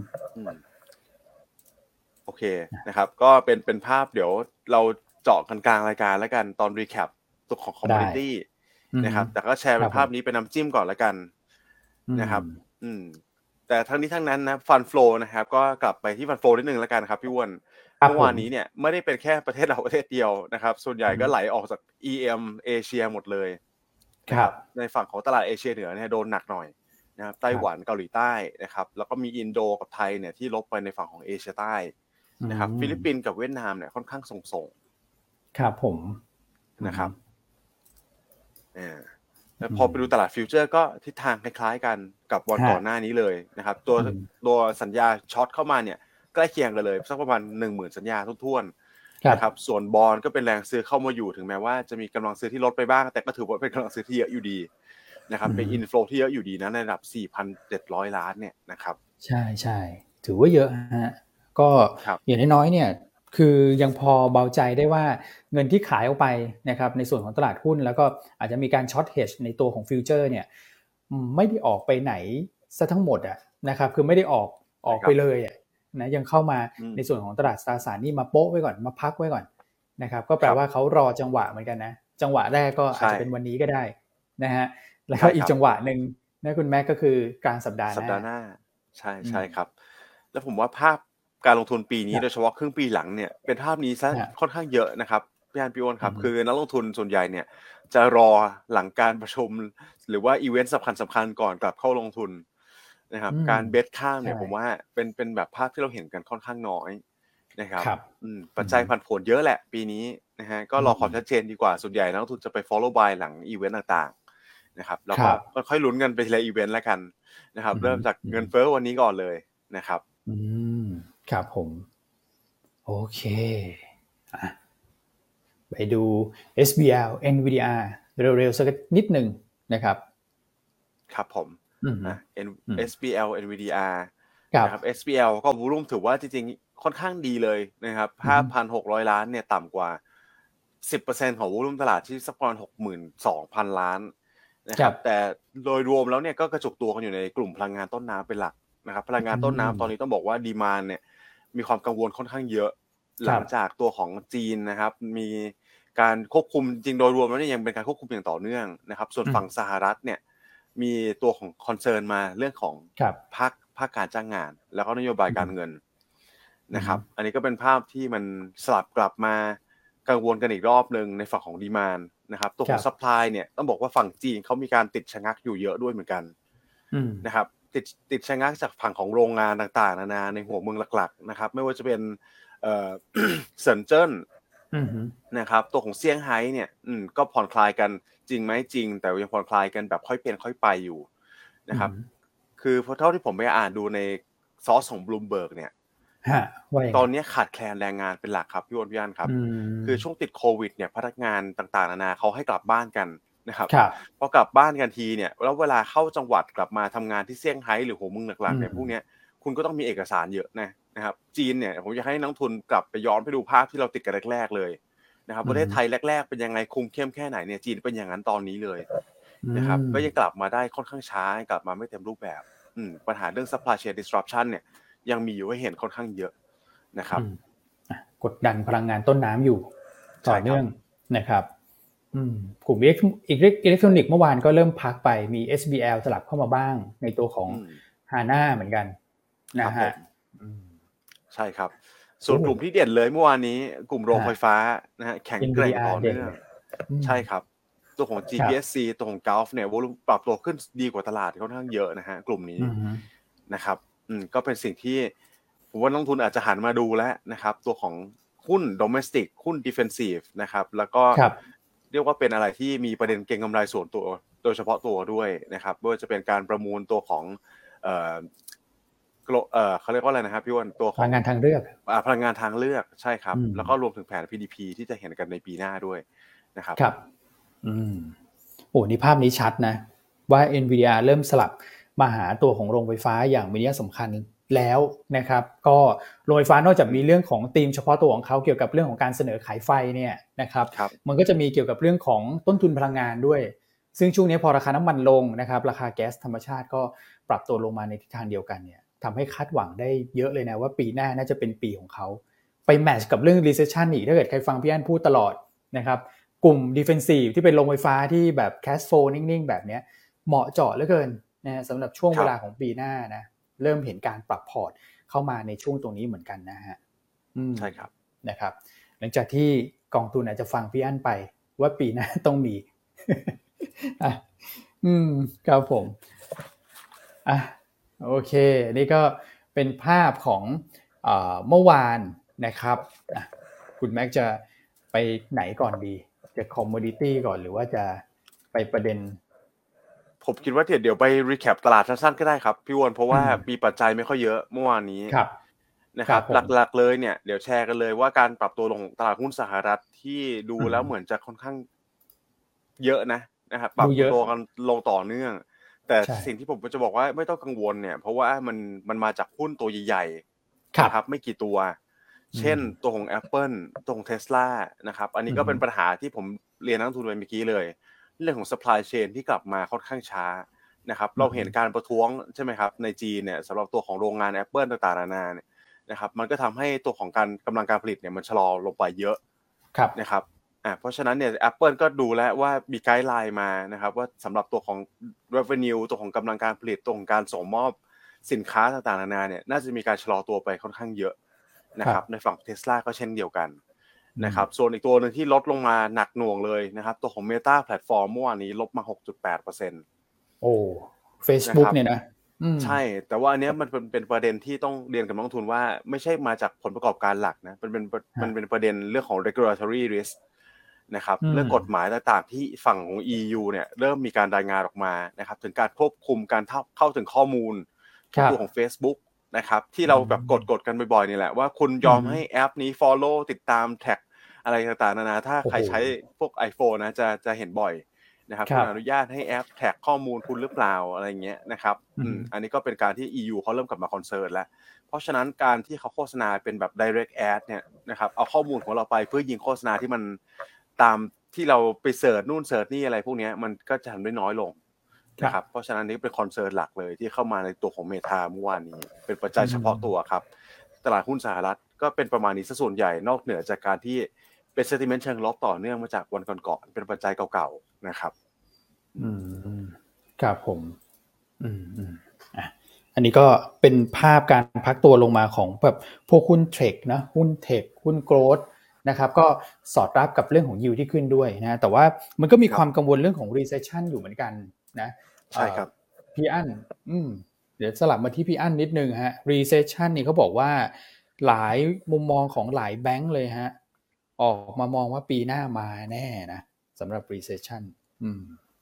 โอเคนะครับก็เป็นเป็นภาพเดี๋ยวเราเจาะกันกลางรายการแล้วกันตอนรีแคปตัวของคอมมูนิตี้นะครับแต่ก็แชร์เป็นภาพนี้เป็นน้ำจิ้มก่อนแล้วกันนะครับอืมแต่ทั้งนี้ทั้งนั้นนะฟันโฟลนะครับก็กลับไปที่ฟันโฟลนิดนึงแล้วกันครับพี่อ้วนเมื่อวานนี้เนี่ยไม่ได้เป็นแค่ประเทศเราประเทศเดียวนะครับส่วนใหญ่ก็ไหลออกจาก อี เอ็ม เอเชียหมดเลยครับในฝั่งของตลาดเอเชียเหนือเนี่ยโดนหนักหน่อยนะครับไต้หวันเกาหลีใต้นะครับแล้วก็มีอินโดกับไทยเนี่ยที่ลบไปในฝั่งของเอเชียใต้นะครับฟิลิปปินส์กับเวียดนามเนี่ยค่อนข้างส่งๆครับผมนะครับอ่าแล้วพอไปดูตลาดฟิวเจอร์ก็ทิศทางคล้ายๆกันกับวันก่อนหน้านี้เลยนะครับตัวตัวสัญญาช็อตเข้ามาเนี่ยใกล้เคียงกันเลยสักประมาณ หนึ่งหมื่น สัญญาทั่วๆนะครับส่วนบอนด์ก็เป็นแรงซื้อเข้ามาอยู่ถึงแม้ว่าจะมีกำลังซื้อที่ลดไปบ้างแต่ก็ถือว่าเป็นกำลังซื้อที่เยอะอยู่ดีนะครับเป็นอินโฟลว์ที่เยอะอยู่ดีนะในระดับ สี่พันเจ็ดร้อย ล้านเนี่ยนะครับใช่ๆถือว่าเยอะฮะก็อย่างน้อยๆเนี่ยคือยังพอเบาใจได้ว่าเงินที่ขายออกไปนะครับในส่วนของตลาดหุ้นแล้วก็อาจจะมีการช็อตเฮดจ์ในตัวของฟิวเจอร์เนี่ยไม่ได้ออกไปไหนซะทั้งหมดอ่ะนะครับคือไม่ได้ออกออกไปเลยอ่ะนะยังเข้ามาในส่วนของตลาดตราสารหนี้มาโป๊ะไว้ก่อนมาพักไว้ก่อนนะครับก็แปลว่าเขารอจังหวะเหมือนกันนะจังหวะแรกก็อาจจะเป็นวันนี้ก็ได้นะฮะแล้วก็อีกจังหวะนึงนะคุณแม็กก็คือกลางสัปดาห์หน้าสัปดาห์หน้าใช่ใช่ครับแล้วผมว่าภาพการลงทุนปีนี้โดยเฉพาะครึ่งปีหลังเนี่ยเป็นภาพนี้ซะค่อนข้างเยอะนะครับพี่อันพี่อ้นครับคือนักลงทุนส่วนใหญ่เนี่ยจะรอหลังการประชุมหรือว่าอีเวนต์สำคัญสำคัญก่อนกลับเข้าลงทุนนะครับการเบสข้ามเนี่ยผมว่าเป็นเป็นแบบภาพที่เราเห็นกันค่อนข้างน้อยนะครับปัจจัยผันผวนเยอะแหละปีนี้นะฮะก็รอความชัดเจนดีกว่าส่วนใหญ่นักลงทุนจะไป follow by หลังอีเวนต์ต่างๆนะครับแล้วก็ค่อยๆลุ้นกันไปทีละอีเวนต์แล้วกันนะครับเริ่มจากเงินเฟ้อวันนี้ก่อนเลยนะครับอืมครับผมโอเคอ่ะไปดู เอส บี แอล เอ็น วี ดี อาร์ เร็วๆสักนิดหนึ่งนะครับครับผมนะ เอส บี แอล เอ็น วี ดี อาร์ นะครับ เอส บี แอล ก็วอลุ่มถือว่าจริงๆค่อนข้างดีเลยนะครับ ห้าพันหกร้อย ล้านเนี่ยต่ำกว่า สิบเปอร์เซ็นต์ ของวอลุ่มตลาดที่สักประมาณ หกหมื่นสองพัน ล้านนะครับแต่โดยรวมแล้วเนี่ยก็กระจุกตัวกันอยู่ในกลุ่มพลังงานต้นน้ำเป็นหลักนะครับพลังงานต้นน้ำตอนนี้ต้องบอกว่าดีมานด์เนี่ยมีความกังวลค่อนข้างเยอะหลังจากตัวของจีนนะครับมีการควบคุมจริงโดยรวมแล้วเนี่ยยังเป็นการควบคุมอย่างต่อเนื่องนะครับส่วนฝั่งสหรัฐเนี่ยมีตัวของคอนเซิร์นมาเรื่องของภาคภาคการจ้างงานแล้วก็นโยบายการเงินนะครับอันนี้ก็เป็นภาพที่มันสลับกลับมากังวลกันอีกรอบนึงในฝั่งของดีมานด์นะครับตัวของซัพพลายเนี่ยต้องบอกว่าฝั่งจีนเขามีการติดชะงักอยู่เยอะด้วยเหมือนกันนะครับติดติดชะงักจากฝั่งของโรงงานต่างๆนานาในหัวเมืองหลักๆนะครับไม่ว่าจะเป็นเอ่อ เซินเจิ้นนะครับตัวของเซี่ยงไฮ้เนี่ยก็ผ่อนคลายกันจริงไหมจริงแต่ยังผ่อนคลายกันแบบค่อยเป็นค่อยไปอยู่นะครับคคือเพราะเท่าที่ผมไปอ่านดูในซอสของ Bloomberg เนี่ยตอนนี้ขาดแคลนแรงงานเป็นหลักครับพี่อ้นพี่อั้นครับคือช่วงติดโควิดเนี่ยพนักงานต่างๆนานาเขาให้กลับบ้านกันนะครับพอกลับบ้านกันทีเนี่ยแล้วเวลาเข้าจังหวัดกลับมาทำงานที่เซี่ยงไฮ้หรือหัวเมืองหลักๆเนี่ยพวกนี้คุณก็ต้องมีเอกสารเยอะนะนะครับจีนเนี่ยผมอยากให้นักทุนกลับไปย้อนไปดูภาพที่เราติดกันแรกๆเลยนะครับประเทศไทยแรกๆเป็นยังไงคุมเข้มแค่ไหนเนี่ยจีนเป็นอย่างนั้นตอนนี้เลยนะครับก็ยังกลับมาได้ค่อนข้างช้ากลับมาไม่เต็มรูปแบบปัญหาเรื่อง supply chain disruption เนี่ยยังมีอยู่ให้เห็นค่อนข้างเยอะนะครับกดดันพลังงานต้นน้ำอยู่ต่อเนื่องนะครับกลุ่มอิเล็กทรอนิกส์เมื่อวานก็เริ่มพักไปมี เอส บี แอล สลับเข้ามาบ้างในตัวของ HANA เหมือนกันนะฮะใช่ครับส่วนกลุ่มที่เด่นเลยเมื่อวานนี้กลุ่มโรงไฟฟ้านะฮะแข็งแกร่งต่อเนื่องใช่ครับตัวของ จี พี เอส ซี ตัวของ Gulf เนี่ยวอลุ่มปรับตัวขึ้นดีกว่าตลาดค่อนข้างเยอะนะฮะกลุ่มนี้นะครับอืมก็เป็นสิ่งที่ผมว่านักลงทุนอาจจะหันมาดูแล้วนะครับตัวของหุ้น domestic หุ้น defensive นะครับแล้วก็เรียกว่าเป็นอะไรที่มีประเด็นเก็งกำไรส่วนตัวโดยเฉพาะตัวด้วยนะครับไม่ว่าจะเป็นการประมูลตัวของเอ่อเอ่อเขาเรียกว่าอะไรนะครับพี่อ้วนตัวของพลังงานทางเลือกอ่าพลังงานทางเลือกใช่ครับแล้วก็รวมถึงแผน พี ดี พี ที่จะเห็นกันในปีหน้าด้วยนะครับครับอืมโอ้นี่ภาพนี้ชัดนะว่า Nvidia เริ่มสลับมาหาตัวของโรงไฟฟ้าอย่างมีนัยสำคัญแล้วนะครับก็โรงไฟฟ้านอกจากมีเรื่องของธีมเฉพาะตัวของเขาเกี่ยวกับเรื่องของการเสนอขายไฟเนี่ยนะครับมันก็จะมีเกี่ยวกับเรื่องของต้นทุนพลังงานด้วยซึ่งช่วงนี้พอราคาน้ำมันลงนะครับราคาแก๊สธรรมชาติก็ปรับตัวลงมาในทิศทางเดียวกันเนี่ยทำให้คาดหวังได้เยอะเลยนะว่าปีหน้าน่าจะเป็นปีของเขาไปแมทช์กับเรื่อง recession อีกถ้าเกิดใครฟังพี่อั้นพูดตลอดนะครับกลุ่ม defensive ที่เป็นโรงไฟฟ้าที่แบบ cash flow นิ่งๆแบบนี้เหมาะเจาะเหลือเกินนะสำหรับช่วงเวลาของปีหน้านะเริ่มเห็นการปรับพอร์ตเข้ามาในช่วงตรงนี้เหมือนกันนะฮะใช่ครับนะครับหลังจากที่กองทุนอาจจะฟังพี่อั้นไปว่าปีหน้าต้องมีอ่ะอืมครับผมอ่ะโอเคนี่ก็เป็นภาพของเอ่อเมื่อวานนะครับอ่ะคุณแม็กจะไปไหนก่อนดีจะคอมโมดิตี้ก่อนหรือว่าจะไปประเด็นผมคิดว่าเดี๋ยวเดี๋ยวไปรีแคปตลาดสั้นๆก็ได้ครับพี่วอนเพราะว่ามีปัจจัยไม่ค่อยเยอะเมื่อวานนี้นะครับหลักๆเลยเนี่ยเดี๋ยวแชร์กันเลยว่าการปรับตัวลงตลาดหุ้นสหรัฐที่ดูแล้วเหมือนจะค่อนข้างเยอะนะนะครับปรับตัวกันลงต่อเนื่องแต่สิ่งที่ผมจะบอกว่าไม่ต้องกังวลเนี่ยเพราะว่ามันมันมาจากหุ้นตัวใหญ่ๆนะครับไม่กี่ตัวเช่นตัวของ Apple ตัวของ Tesla นะครับอันนี้ก็เป็นปัญหาที่ผมเรียนนักลงทุนไปเมื่อกี้เลยเรื่องของ supply chain ที่กลับมาค่อนข้างช้านะครับเราเห็นการประท้วงใช่ไหมครับในจีนเนี่ยสำหรับตัวของโรงงาน Apple ต่างๆนานาเนี่ยนะครับมันก็ทำให้ตัวของการกำลังการผลิตเนี่ยมันชะลอลงไปเยอะนะครับอ่าเพราะฉะนั้นเนี่ย Apple ก็ดูแล้วว่ามีไกด์ไลน์มานะครับว่าสำหรับตัวของ revenue ตัวของกำลังการผลิตตัวของการส่งมอบสินค้าต่างๆนานาเนี่ยน่าจะมีการชะลอตัวไปค่อนข้างเยอะนะครับในฝั่ง Tesla ก็เช่นเดียวกันนะครับส่วนอีกตัวนึงที่ลดลงมาหนักหน่วงเลยนะครับตัวของ Meta Platform เมื่อวานนี้ลบมา หกจุดแปดเปอร์เซ็นต์โอ้ Facebook เนี่ยนะใช่แต่ว่าอันเนี้ยมันเป็นเป็นประเด็นที่ต้องเรียนกับนักลงทุนว่าไม่ใช่มาจากผลประกอบการหลักนะมันเป็นมันเป็นประเด็นเรื่องของ regulatory risk นะครับเรื่องกฎหมายต่างๆที่ฝั่งของ อี ยู เนี่ยเริ่มมีการรายงานออกมานะครับถึงการควบคุมการเข้าถึงข้อมูลตัวของ Facebook นะครับที่เราแบบกดๆกันบ่อยๆนี่แหละว่าคุณยอมให้แอปนี้ follow ติดตามแท็กอะไรต่างๆนานาถ้าใครใช้พวก iPhone นะจะจะเห็นบ่อยนะครับคุณอนุญาตให้แอปแท็กข้อมูลคุณหรือเปล่าอะไรเงี้ยนะครับอืมอันนี้ก็เป็นการที่ อี ยู เขาเริ่มกลับมาคอนเซิร์นแล้วเพราะฉะนั้นการที่เขาโฆษณาเป็นแบบ direct ad เนี่ยนะครับเอาข้อมูลของเราไปเพื่อยิงโฆษณาที่มันตามที่เราไปเสิร์ชนู่นเสิร์ชนี่อะไรพวกนี้มันก็จะทำได้น้อยลงนะครับเพราะฉะนั้นนี่เป็นคอนเซิร์นหลักเลยที่เข้ามาในตัวของ Meta เมื่อวานนี้เป็นปัจจัยเฉพาะตัวครับตลาดหุ้นสหรัฐก็เป็นประมาณนี้ซะส่วนใหญ่นอกเหนือจากการที่เป็น sentiment เชิงลบต่อเนื่องมาจากวันก่อนๆเป็นปัจจัยเก่าๆนะครับอืมครับผมอืมอืมอ่ะอันนี้ก็เป็นภาพการพักตัวลงมาของแบบพวกหุ้นเทคนะหุ้นเทคหุ้นโกลด์นะครับก็สอดรับกับเรื่องของยิวที่ขึ้นด้วยนะแต่ว่ามันก็มีความกังวลเรื่องของ recession อยู่เหมือนกันนะใช่ครับพี่อั้นอืมเดี๋ยวสลับมาที่พี่อั้นนิดนึงฮะ recession นี่เขาบอกว่าหลายมุมมองของหลายแบงค์เลยฮะออกมามองว่าปีหน้ามาแน่นะสำหรับ recession อืม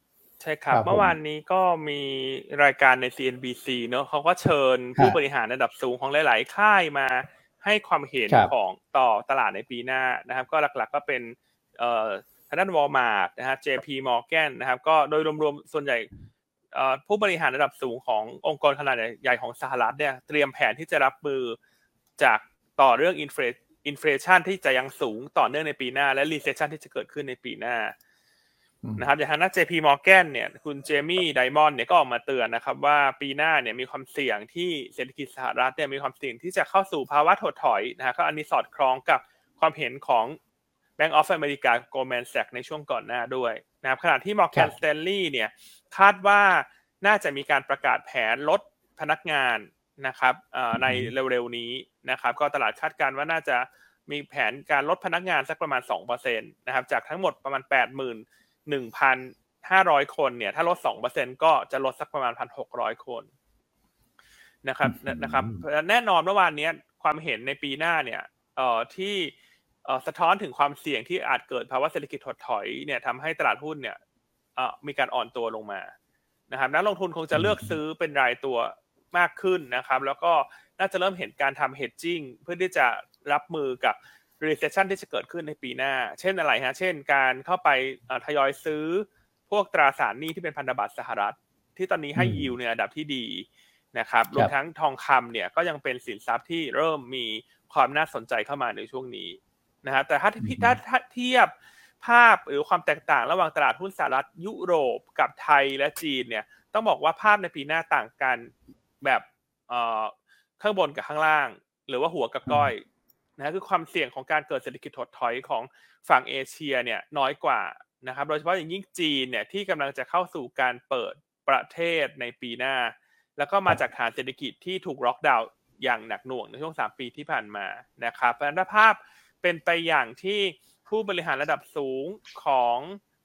ใช่ครับเมื่อวานนี้ก็มีรายการใน ซี เอ็น บี ซี เนอะเขาก็เชิญผู้บริหารระดับสูงของหลายๆค่ายมาให้ความเห็นของต่อตลาดในปีหน้านะครับก็หลักๆก็เป็นเอ่อทางด้าน Walmart นะฮะ เจ พี Morgan นะครับก็โดยรวมๆส่วนใหญ่เอ่อผู้บริหารระดับสูงขององค์กรขนาดใหญ่ของสหรัฐเนี่ยเตรียมแผนที่จะรับมือจากต่อเรื่องอินเฟลอินเฟลชันที่จะยังสูงต่อเนื่องในปีหน้าและ recession ที่จะเกิดขึ้นในปีหน้านะครับอย่างทางด้าน เจ พี Morgan เนี่ยคุณเจมี่ไดมอนด์เนี่ยก็ออกมาเตือนนะครับว่าปีหน้าเนี่ยมีความเสี่ยงที่เศรษฐกิจสหรัฐเนี่ยมีความเสี่ยงที่จะเข้าสู่ภาวะถดถอยนะฮะก็อันนี้สอดคล้องกับความเห็นของ Bank of America Goldman Sachs ในช่วงก่อนหน้าด้วยนะครับขณะที่ Morgan Stanley เนี่ยคาดว่าน่าจะมีการประกาศแผนลดพนักงานนะครับในเร็วๆนี้นะครับก็ตลาดคาดการณ์ว่าน่าจะมีแผนการลดพนักงานสักประมาณ สองเปอร์เซ็นต์ นะครับจากทั้งหมดประมาณ แปดหมื่นหนึ่งพันห้าร้อย คนเนี่ยถ้าลด สองเปอร์เซ็นต์ ก็จะลดสักประมาณ หนึ่งพันหกร้อย คนนะครับนะครับแน่นอนเมื่อวานนี้ความเห็นในปีหน้าเนี่ยเอ่อที่เอ่อสะท้อนถึงความเสี่ยงที่อาจเกิดภาวะเศรษฐกิจถดถอยเนี่ยทำให้ตลาดหุ้นเนี่ยเอ่อมีการอ่อนตัวลงมานะครับนักลงทุนคงจะเลือกซื้อเป็นรายตัวมากขึ้นนะครับแล้วก็น่าจะเริ่มเห็นการทำ hedging เพื่อที่จะรับมือกับ recession ที่จะเกิดขึ้นในปีหน้าเช่นอะไรฮะเช่นการเข้าไปทยอยซื้อพวกตราสารหนี้ที่เป็นพันธบัตรสหรัฐที่ตอนนี้ให้ yield ในระดับที่ดีนะครับรวมทั้งทองคำเนี่ยก็ยังเป็นสินทรัพย์ที่เริ่มมีความน่าสนใจเข้ามาในช่วงนี้นะฮะแต่ถ้าถ้าถ้าเทียบภาพหรือความแตกต่างระหว่างตลาดหุ้นสหรัฐยุโรปกับไทยและจีนเนี่ยต้องบอกว่าภาพในปีหน้าต่างกันแบบเอ่อข้างบนกับข้างล่างหรือว่าหัวกับก้อยนะคือความเสี่ยงของการเกิดเศรษฐกิจถดถอยของฝั่งเอเชียเนี่ยน้อยกว่านะครับโดยเฉพาะอย่างยิ่งจีนเนี่ยที่กำลังจะเข้าสู่การเปิดประเทศในปีหน้าแล้วก็มาจากฐานเศรษฐกิจที่ถูกล็อกดาวน์อย่างหนักหน่วงในช่วงสามปีที่ผ่านมานะครับเพราะฉะนั้นภาพเป็นไปอย่างที่ผู้บริหารระดับสูงของ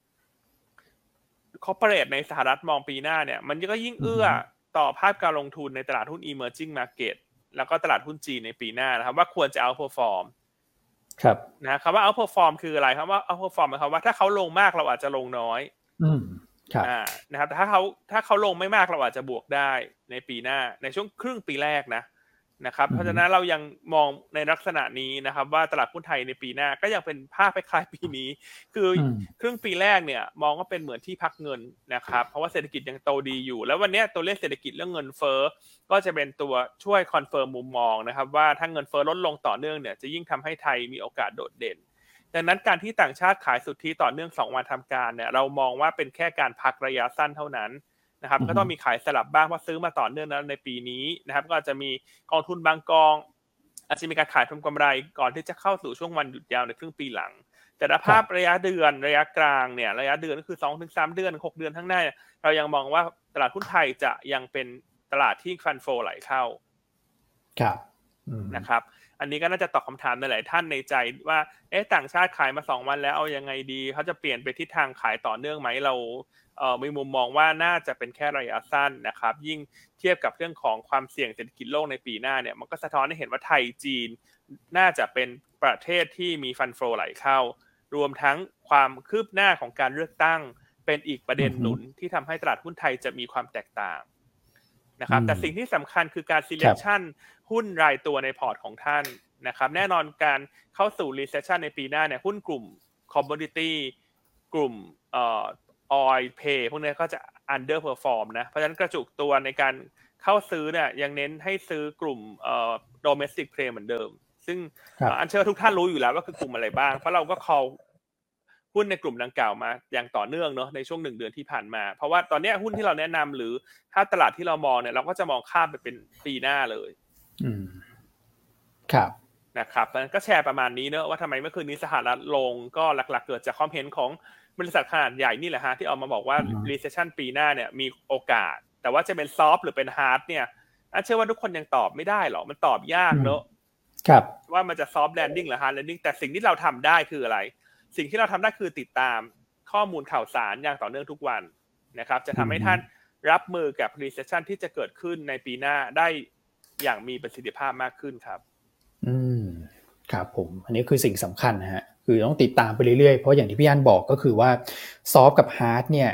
คอร์ปอเรทในสหรัฐมองปีหน้าเนี่ยมันก็ยิ่งเอื้อต่อภาพการลงทุนในตลาดหุ้น emerging market แล้วก็ตลาดหุ้นจีนในปีหน้านะครับว่าควรจะ outperform ครับนะคำว่า outperform คืออะไรครับว่า outperform หมายความว่าถ้าเขาลงมากเราอาจจะลงน้อยอืมครับอ่านะครับแต่ถ้าเขาถ้าเขาลงไม่มากเราอาจจะบวกได้ในปีหน้าในช่วงครึ่งปีแรกนะนะครับเพราะฉะนั้นเรายังมองในลักษณะนี้นะครับว่าตลาดหุ้นไทยในปีหน้าก็ยังเป็นภาพคล้ายๆปีนี้คือครึ่งปีแรกเนี่ยมองว่าเป็นเหมือนที่พักเงินนะครับเพราะว่าเศรษฐกิจยังโตดีอยู่แล้ววันนี้ตัวเลขเศรษฐกิจเรื่องเงินเฟ้อก็จะเป็นตัวช่วยคอนเฟิร์มมุมมองนะครับว่าถ้าเงินเฟ้อลดลงต่อเนื่องเนี่ยจะยิ่งทำให้ไทยมีโอกาสโดดเด่นดังนั้นการที่ต่างชาติขายสุทธิต่อเนื่องสองวันทำการเนี่ยเรามองว่าเป็นแค่การพักระยะสั้นเท่านั้นนะครับก็ต้องมีขายสลับบ้างเพราะซื้อมาต่อเนื่องแล้วในปีนี้นะครับก็อาจจะมีกองทุนบางกองอาจจะมีการขายทำกำไรก่อนที่จะเข้าสู่ช่วงวันหยุดยาวในครึ่งปีหลังแต่ถ้าภาพระยะเดือนระยะกลางเนี่ยระยะเดือนก็คือ สองถึงสาม เดือนหกเดือนข้างหน้าเรายังมองว่าตลาดหุ้นไทยจะยังเป็นตลาดที่ฟันโฟไหลเข้าครับนะครับอันนี้ก็น่าจะตอบคำถามในหลายท่านในใจว่าเอ๊ะต่างชาติขายมาสองวันแล้วเอายังไงดีเขาจะเปลี่ยนไปทิศทางขายต่อเนื่องไหมเราเอ่อมีมุมมองว่าน่าจะเป็นแค่ระยะสั้นนะครับยิ่งเทียบกับเรื่องของความเสี่ยงเศรษฐกิจโลกในปีหน้าเนี่ยมันก็สะท้อนให้เห็นว่าไทยจีนน่าจะเป็นประเทศที่มีฟันโฟไหลเข้ารวมทั้งความคืบหน้าของการเลือกตั้งเป็นอีกประเด็นหนุนที่ทำให้ตลาดหุ้นไทยจะมีความแตกต่างนะครับแต่สิ่งที่สำคัญคือการ selection หุ้นรายตัวในพอร์ตของท่านนะครับแน่นอนการเข้าสู่ recession ในปีหน้าเนี่ยหุ้นกลุ่ม commodity กลุ่มเอ่อ oil pay พวกนี้ก็จะ underperform นะเพราะฉะนั้นกระจุกตัวในการเข้าซื้อเนี่ยยังเน้นให้ซื้อกลุ่มเอ่อ domestic play เหมือนเดิมซึ่งอันเชื่อทุกท่านรู้อยู่แล้วว่าคือกลุ่มอะไรบ้างเพราะเราก็ call หุ้นในกลุ่มดังกล่าวมาอย่างต่อเนื่องเนาะในช่วงหนึ่งเดือนที่ผ่านมาเพราะว่าตอนนี้หุ้นที่เราแนะนำหรือถ้าตลาดที่เรามองเนี่ยเราก็จะมองข้ามไปเป็นปีหน้าเลยอืมครับนะครับมันก็แชร์ประมาณนี้เนอะว่าทำไมเมื่อคืนนี้สหรัฐลงก็หลักๆเกิดจากความเห็นของบริษัทขนาดใหญ่นี่แหละฮะที่ออกมาบอกว่า recession ปีหน้าเนี่ยมีโอกาสแต่ว่าจะเป็น soft หรือเป็น hard เนี่ยอันเชื่อว่าทุกคนยังตอบไม่ได้หรอกมันตอบยากเนอะครับว่ามันจะ soft landing หรือ hard landing แต่สิ่งที่เราทำได้คืออะไรสิ่งที่เราทำได้คือติดตามข้อมูลข่าวสารอย่างต่อเนื่องทุกวันนะครับจะทำให้ท่านรับมือกับ recession ที่จะเกิดขึ้นในปีหน้าได้อย่างมีประสิทธิภาพมากขึ้นครับอืมครับผมอันนี้คือสิ่งสำคัญนะฮะคือต้องติดตามไปเรื่อยๆเพราะอย่างที่พี่อั้นบอกก็คือว่าซอฟต์กับฮาร์ดเนี่ย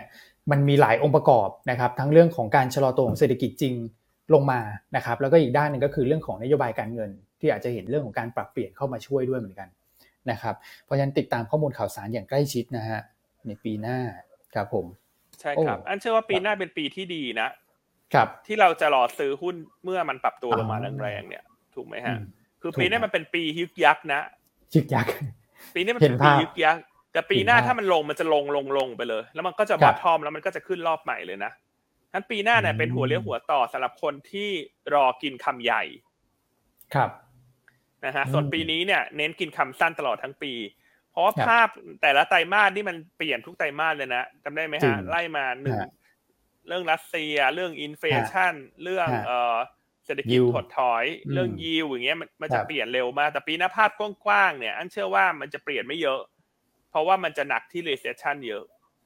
มันมีหลายองค์ประกอบนะครับทั้งเรื่องของการชะลอตัวของเศรษฐกิจจริงลงมานะครับแล้วก็อีกด้านนึงก็คือเรื่องของนโยบายการเงินที่อาจจะเห็นเรื่องของการปรับเปลี่ยนเข้ามาช่วยด้วยเหมือนกันนะครับเพราะฉะนั้นติดตามข้อมูลข่าวสารอย่างใกล้ชิดนะฮะในปีหน้าครับผมใช่ครับอันเชื่อว่าปีหน้าเป็นปีที่ดีนะครับที่เราจะรอซื้อหุ้นเมื่อมันปรับตัวลงมาแรงๆเนี่ยถูกไหมฮะคือปีนี้มันเป็นปียึกยักนะยึกยักปีนี้มันเป็นปียึกยักแต่ปีหน้าถ้ามันลงมันจะลงลงลงไปเลยแล้วมันก็จะบอททอมแล้วมันก็จะขึ้นรอบใหม่เลยนะงั้นปีหน้าเนี่ยเป็นหัวเลี้ยวหัวต่อสำหรับคนที่รอกินคำใหญ่ครับนะฮะส่วนปีนี้เนี่ยเน้นกินคำสั้นตลอดทั้งปีเพราะว่าภาพแต่ละไตรมาสนี่มันเปลี่ยนทุกไตรมาสเลยนะจำได้ไหมฮะไล่มาหนึ่งเรื่องรัสเซียเรื่องอินเฟลชั่นเรื่องเอ่อเศรษฐกิจถดถอยเรื่องยิวอย่างเงี้ยมันมันจะเปลี่ยนเร็วมากแต่ปีหน้าภาพกว้างๆเนี่ยอันเชื่อว่ามันจะเปลี่ยนไม่เยอะเพราะว่ามันจะหนักที่ recession เยอะ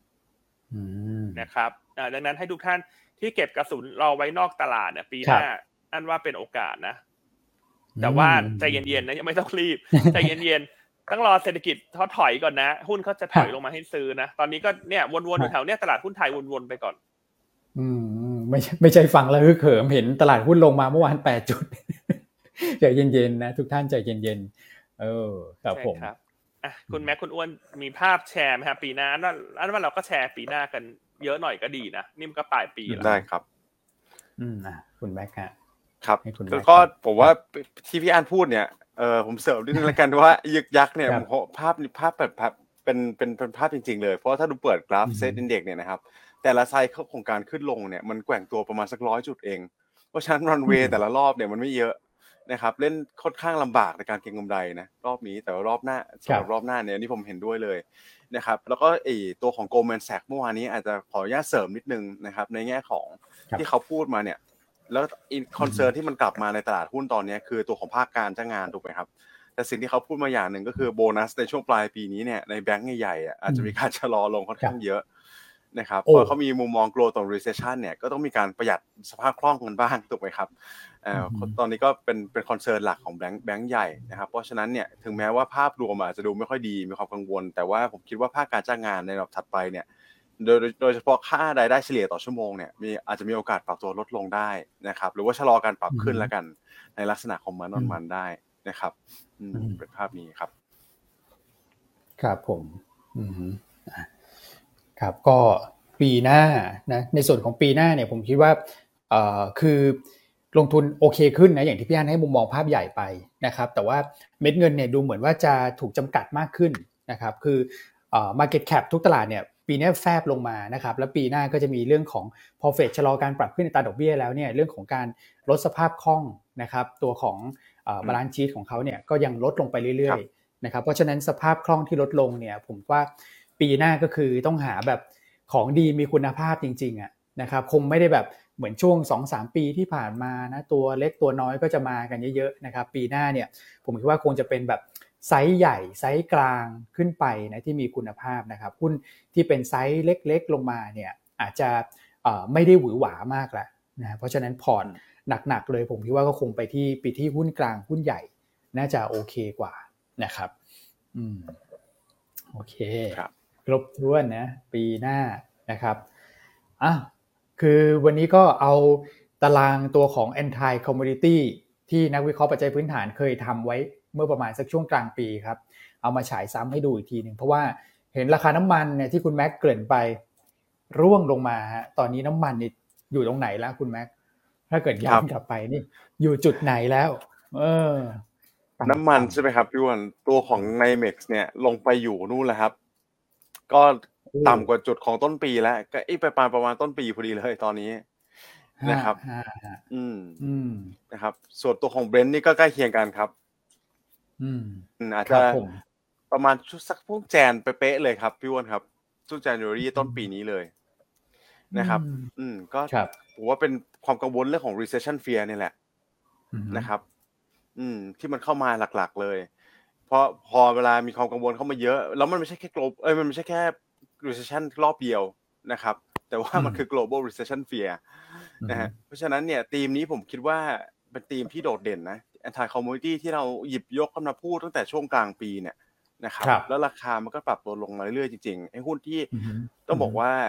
นะครับดังนั้นให้ทุกท่านที่เก็บกระสุนรอไว้นอกตลาดเนี่ยปีหน้าอันว่าเป็นโอกาสนะแต่ว่าใจเย็นๆนะยังไม่ต้องรีบใจเย็นๆต้องรอเศรษฐกิจท้อถอยก่อนนะหุ้นเขาจะถอยลงมาให้ซื้อนะตอนนี้ก็เนี่ยวนๆอยู่แถวเนี้ยตลาดหุ้นไทยวนๆไปก่อนอืมไม่ไม่ใช่ฟังแล้วฮึกเหิมเห็นตลาดหุ้นลงมาเมื่อวานแปดจุดใจเย็นๆนะทุกท่านใจเย็นๆเออครับผมอ่ะคุณแม็กคุณอ้วนมีภาพแชร์มั้ยครับปีหน้าอันว่าเราก็แชร์ปีหน้ากันเยอะหน่อยก็ดีนะนี่มันก็ปลายปีแล้วได้ครับอืมอ่ะคุณแม็กฮะครับแล้วก็ผมว่าที่พี่อั้นพูดเนี่ยเออผมเสริมนิดนึงแล้วกันว่ายึกยักเนี่ยภาพภาพแบบเป็นเป็นเป็นภาพจริงๆเลยเพราะถ้าดูเปิดกราฟเซตอินเด็กซ์เนี่ยนะครับแต่ละไซเคิลของการขึ้นลงเนี่ยมันแกว่งตัวประมาณสักร้อยจุดเองเพราะฉะนั้นรันเวย์แต่ละรอบเนี่ยมันไม่เยอะนะครับเล่นค่อนข้างลำบากในการเก็งกำไรนะรอบนี้แต่ว่ารอบหน้าสำหรับรอบหน้าเนี่ยนี่ผมเห็นด้วยเลยนะครับแล้วก็ไอ้ตัวของ Goldman Sachs เมื่อวานนี้อาจจะขออนุญาตเสริมนิดนึงนะครับในแง่ของที่เขาพูดมาเนี่ยแล้วอินคอนเซิร์นที่มันกลับมาในตลาดหุ้นตอนนี้คือตัวของภาคการจ้างงานถูกไหมครับแต่สิ่งที่เขาพูดมาอย่างหนึ่งก็คือโบนัสในช่วงปลายปีนี้เนี่ยในแบงก์ใหญ่ๆอาจจะมีการชะลอลงค่อนข้างเยอะนะครับเพราะเขามีมุมมอง growth ต่อ recession เนี่ยก็ต้องมีการประหยัดสภาพคล่องกันบ้างถูกไหมครับเอ่อตอนนี้ก็เป็นเป็นคอนเซิร์นหลักของแบงก์แบงก์ใหญ่นะครับเพราะฉะนั้นเนี่ยถึงแม้ว่าภาพรวมอาจจะดูไม่ค่อยดีมีความกังวลแต่ว่าผมคิดว่าภาคการจ้างงานในรอบถัดไปเนี่ยโดยโดยเฉพาะค่ารายได้เฉลี่ยต่อชั่วโมงเนี่ยมีอาจจะมีโอกาสปรับตัวลดลงได้นะครับหรือว่าชะลอการปรับขึ้นแล้วกันในลักษณะของมันนอนมันได้นะครับอืมเป็นภาพนี้ครับครับผมอืมครับก็ปีหน้านะในส่วนของปีหน้าเนี่ยผมคิดว่าเอ่อคือลงทุนโอเคขึ้นนะอย่างที่พี่อั้นให้มุมมองภาพใหญ่ไปนะครับแต่ว่าเม็ดเงินเนี่ยดูเหมือนว่าจะถูกจำกัดมากขึ้นนะครับคือเอ่อ market cap ทุกตลาดเนี่ยปีนี้แฟบลงมานะครับแล้วปีหน้าก็จะมีเรื่องของพอเฟดชะลอการปรับขึ้นในอัตราดอกเบี้ยแล้วเนี่ยเรื่องของการลดสภาพคล่องนะครับตัวของเอ่อบาลานซ์ชีทของเขาเนี่ยก็ยังลดลงไปเรื่อยๆนะครับเพราะฉะนั้นสภาพคล่องที่ลดลงเนี่ยผมว่าปีหน้าก็คือต้องหาแบบของดีมีคุณภาพจริงๆอ่ะนะครับคงไม่ได้แบบเหมือนช่วง สองถึงสาม ปีที่ผ่านมานะตัวเล็กตัวน้อยก็จะมากันเยอะๆนะครับปีหน้าเนี่ยผมคิดว่าคงจะเป็นแบบไซส์ใหญ่ไซส์กลางขึ้นไปนะที่มีคุณภาพนะครับหุ้นที่เป็นไซส์เล็กๆลงมาเนี่ยอาจจะเอ่อไม่ได้หวือหวามากแล้วนะเพราะฉะนั้นพอร์ตหนักๆเลยผมคิดว่าก็คงไปที่ปีที่หุ้นกลางหุ้นใหญ่น่าจะโอเคกว่านะครับอืมโอเคครับครบถ้วนนะปีหน้านะครับอ่ะคือวันนี้ก็เอาตารางตัวของ Anti Commodity ที่นักวิเคราะห์ปัจจัยพื้นฐานเคยทำไว้เมื่อประมาณสักช่วงกลางปีครับเอามาฉายซ้ำให้ดูอีกทีนึงเพราะว่าเห็นราคาน้ำมันเนี่ยที่คุณแม็กเกริ่นไปร่วงลงมาฮะตอนนี้น้ำมันนี่อยู่ตรงไหนแล้วคุณแม็กถ้าเกิดย้อนกลับไปนี่อยู่จุดไหนแล้วเออน้ำมันใช่ไหมครับพี่วันตัวของ ไนเม็กซ์ เนี่ยลงไปอยู่นู่นแหละครับก็ต่ำกว่าจุดของต้นปีแล้วก็อีกประมาณประมาณต้นปีพอดีเลยตอนนี้นะครับอืมอืมนะครับส่วนตัวของ Brent นี่ก็ใกล้เคียงกันครับอืมอาจจะประมาณชุดสักพวกแจนเป๊ะๆเลยครับพี่วันครับช่วง January ต้นปีนี้เลยนะครับอืมก็ผมว่าเป็นความกังวลเรื่องของ recession fear นี่แหละนะครับอืมที่มันเข้ามาหลักๆเลยเพราะพอเวลามีความกังวลเข้ามาเยอะแล้วมันไม่ใช่แค่ global เอ้ยมันไม่ใช่แค่ recession รอบเดียวนะครับแต่ว่ามันคือ global recession fear นะฮะเพราะฉะนั้นเนี่ยธีมนี้ผมคิดว่าเป็นธีมที่โดดเด่นนะ anti commodity ที่เราหยิบยกขึ้นมาพูดตั้งแต่ช่วงกลางปีเนี่ยนะครับแล้วราคามันก็ปรับตัวลงมาเรื่อยๆจริงๆไอ้หุ้นที่ต้องบอกว่า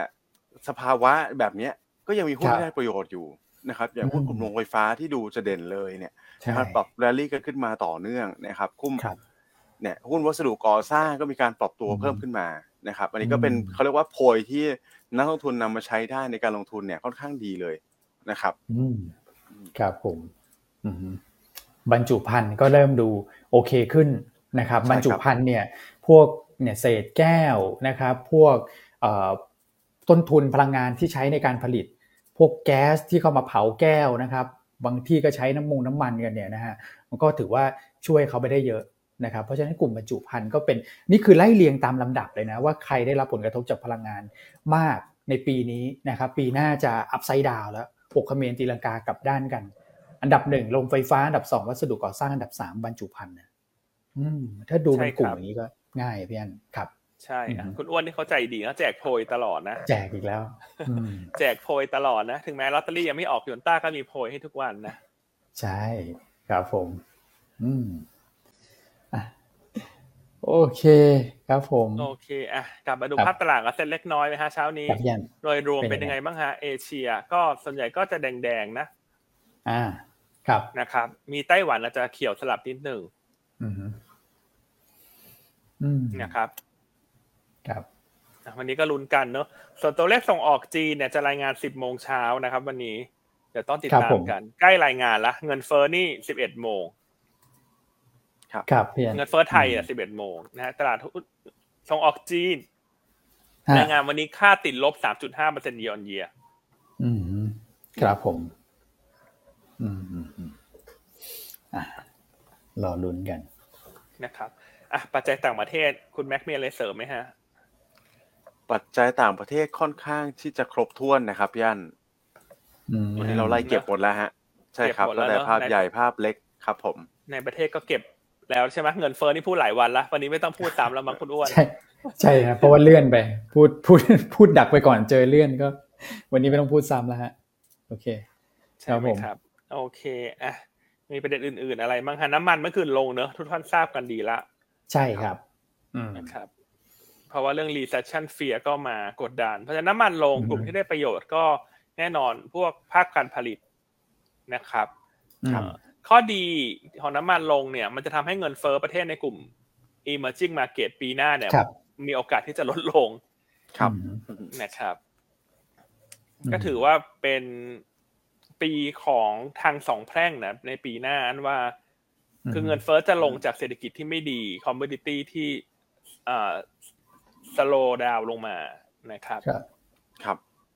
สภาวะแบบนี้ก็ยังมีหุ้นที่ได้ประโยชน์อยู่นะครับอย่างหุ้นกลุ่มโรงไฟฟ้าที่ดูจะเด่นเลยเนี่ยนะครับปรับแรลลี่กันขึ้นมาต่อเนื่องนะครับคุ้มเนี่ยหุ้นวัสดุก่อสร้างก็มีการปรับตัวเพิ่มขึ้นมานะครับอันนี้ก็เป็นเขาเรียกว่าโพยที่นักลงทุนนำมาใช้ได้ในการลงทุนเนี่ยค่อนข้างดีเลยนะครับครับผมบรรจุภัณฑ์ก็เริ่มดูโอเคขึ้นนะครับบรรจุภัณฑ์เนี่ยพวกเนี่ยเศษแก้วนะครับพวกต้นทุนพลังงานที่ใช้ในการผลิตพวกแก๊สที่เข้ามาเผาแก้วนะครับบางที่ก็ใช้น้ำมันน้ำมันกันเนี่ยนะฮะมันก็ถือว่าช่วยเขาไปได้เยอะนะครับเพราะฉะนั้นกลุ่มบรรจุภัณฑ์ก็เป็นนี่คือไล่เรียงตามลำดับเลยนะว่าใครได้รับผลกระทบจากพลังงานมากในปีนี้นะครับปีหน้าจะอัพไซด์ดาวน์แล้วหกเขมรตีลังกากลับด้านกันอันดับหนึ่งโรงไฟฟ้าอันดับสองวัสดุก่อสร้างอันดับสามบรรจุภัณฑ์นะอืมถ้าดูเป็นกลุ่มอย่างนี้ก็ง่ายพี่อันครับใช่คุณอ้วนนี่เขาใจดีนะแจกโพยตลอดนะแจกอีกแล้วแจกโพยตลอดนะถึงแม้ลอตเตอรี่ยังไม่ออกยูนต้าก็มีโพยให้ทุกวันนะใช่ครับผมอืมอ่ะโอเคครับผมโอเคอ่ะกลับมาดูภาพตลาดกันเส้นเล็กน้อยไหมฮะเช้านี้โดยรวมเป็นยังไงบ้างฮะเอเชียก็ส่วนใหญ่ก็จะแดงๆนะอ่าครับนะครับมีไต้หวันอาจจะเขียวสลับนิดหนึ่งอืมอืมนะครับครับวันนี้ก็ลุ้นกันเนอะส่วนตัวเลขส่งออกจีนเนี่ยจะรายงานสิบโมงเช้านะครับวันนี้เดี๋ยวต้องติดตามกันใกล้รายงานละเงินเฟ้อนี่สิบเอ็ดโมงครับครับเงินเฟ้อไทยอ่ะสิบเอ็ดโมงนะฮะตลาดส่งออกจีนรายงานวันนี้ค่าติดลบ สามจุดห้าเปอร์เซ็นต์ year on year อืมครับผมอืมอ่ะรอลุ้นกันนะครับอ่ะปัจจัยต่างประเทศคุณแม็กมีอะไรเสริมไหมฮะปัจจัยต่างประเทศค่อนข้างที่จะครบถ้วนนะครับย่านวันนี้เราไล่เก็บหมดแล้วฮะใช่ครับตั้งแต่ภาพใหญ่ภาพเล็กครับผมในประเทศก็เก็บแล้วใช่ไหมเงินเฟ้อนี่พูดหลายวันละวันนี้ไม่ต้องพูดซ้ำแล้วมั้งคุณอ้วนใช่ใช่ครับเพราะว่าเลื่อนไปพูดพูดพูดดักไปก่อนเจอเลื่อนก็วันนี้ไม่ต้องพูดซ้ำแล้วฮะโอเคครับผมครับโอเคอ่ะมีประเด็นอื่นๆอะไรบ้างฮะน้ำมันเมื่อคืนลงเนอะทุกท่านทราบกันดีละใช่ครับอืมนะครับเพราะว่าเรื่อง recession fear ก็มากดดันเพราะฉะนั้นน้ำมันลงกลุ่มที่ได้ประโยชน์ก็แน่นอนพวกภาคการผลิตนะครับข้อดีของน้ำมันลงเนี่ยมันจะทำให้เงินเฟ้อประเทศในกลุ่ม emerging market ปีหน้าเนี่ยมีโอกาสที่จะลดลงครับนะครับก็ถือว่าเป็นปีของทางสองแพร่งนะในปีหน้าอันว่าคือเงินเฟ้อจะลงจากเศรษฐกิจที่ไม่ดี commodity ที่อ่า slow down ลงมานะครับครับ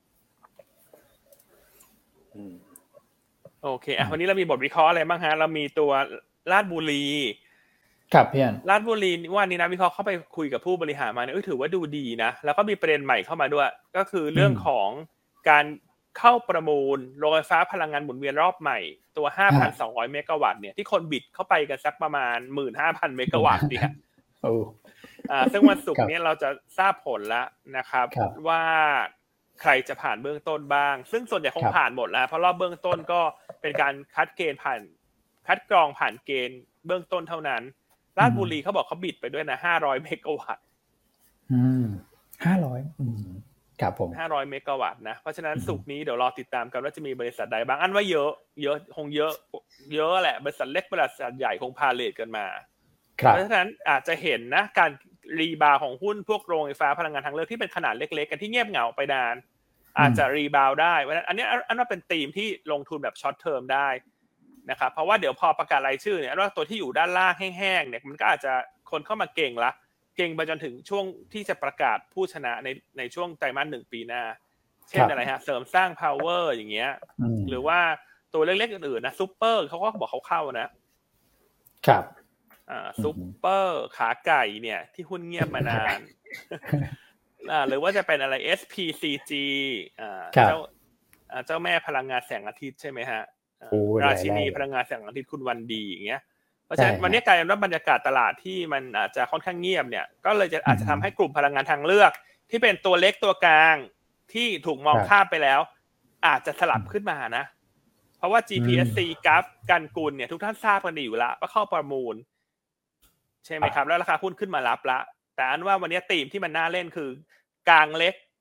โอเคอ่ะวันนี้เรามีบทวิเคราะห์อะไรบ้างฮะเรามีตัวลาดบุรีครับพี่อันลาดบุรีว่านี้นะวิเคราะห์เข้าไปคุยกับผู้บริหารมาเนี่ยเออถือว่าดูดีนะแล้วก็มีประเด็นใหม่เข้ามาด้วยก็คือเรื่องของการเข้าประมูลโรงไฟฟ้าพลังงานหมุนเวียนรอบใหม่ตัว ห้าพันสองร้อย เมกะวัตต์เนี่ยที่คนบิดเข้าไปกันสักประมาณ หนึ่งหมื่นห้าพัน เมกะวัตต์เนี่ยโอ้อ่าซึ่งวันศุกร์นี้เราจะทราบผลแล้วนะครับว่าใครจะผ่านเบื้องต้นบ้างซึ่งส่วนใหญ่คงผ่านหมดแล้วเพราะรอบเบื้องต้นก็เป็นการคัดเกณฑ์ผ่านคัดกรองผ่านเกณฑ์เบื้องต้นเท่านั้นราชบุรีเขาบอกเขาบิดไปด้วยนะห้าร้อยเมกะวัตต์อืมห้าร้อยอืมครับผมห้าร้อยเมกะวัตต์นะเพราะฉะนั้นศุกร์นี้เดี๋ยวรอติดตามกันว่าจะมีบริษัทใดบ้างอันว่าเยอะเยอะคงเยอะเยอะแหละบริษัทเล็กบริษัทใหญ่คงพาเลทกันมาเพราะฉะนั้นอาจจะเห็นนะการรีบาวของหุ้นพวกโรงไฟฟ้าพลังงานทางเลือกที่เป็นขนาดเล็กๆกันที่เงียบเหงาไปนานอาจจะรีบาวได้เพราะฉะนั้นอันนี้อันว่าเป็นธีมที่ลงทุนแบบช็อตเทอมได้นะครับเพราะว่าเดี๋ยวพอประกาศรายชื่อเนี่ยอันว่าตัวที่อยู่ด้านล่างแห้งๆเนี่ยมันก็อาจจะคนเข้ามาเก่งละเก่งไปจนถึงช่วงที่จะประกาศผู้ชนะในในช่วงไตรมาสหนึ่งปีหน้าเช่นอะไรฮะเสริมสร้าง power อย่างเงี้ยหรือว่าตัวเล็กๆอื่นๆนะซุปเปอร์เขาก็บอกเขาเข้านะครับอ่าซุปเปอร์ขาไก่เนี่ยที่หุ้นเงียบมานานอ่าหรือว่าจะเป็นอะไร เอส พี ซี จี อ่าเจ้าอ่าเจ้าแม่พลังงานแสงอาทิตย์ใช่ไหมฮะราชินีพลังงานแสงอาทิตย์คุณวันดีอย่างเงี้ยเพราะฉะนั้นวันนี้กลายเป็นว่าบรรยากาศตลาดที่มันอาจจะค่อนข้างเงียบเนี่ยก็เลยจะอาจจะทำให้กลุ่มพลังงานทางเลือกที่เป็นตัวเล็กตัวกลางที่ถูกมองข้ามไปแล้วอาจจะสลับขึ้นมานะเพราะว่า จี พี เอส ซี กราฟกันกุลเนี่ยทุกท่านทราบกันดีอยู่แล้วว่าเข้าประมูลใช่ไหมครับแล้วราคาหุ้นขึ้นมารับละแต่อันว่าวันนี้ธีมที่มันน่าเล่นคือกลางเล็ก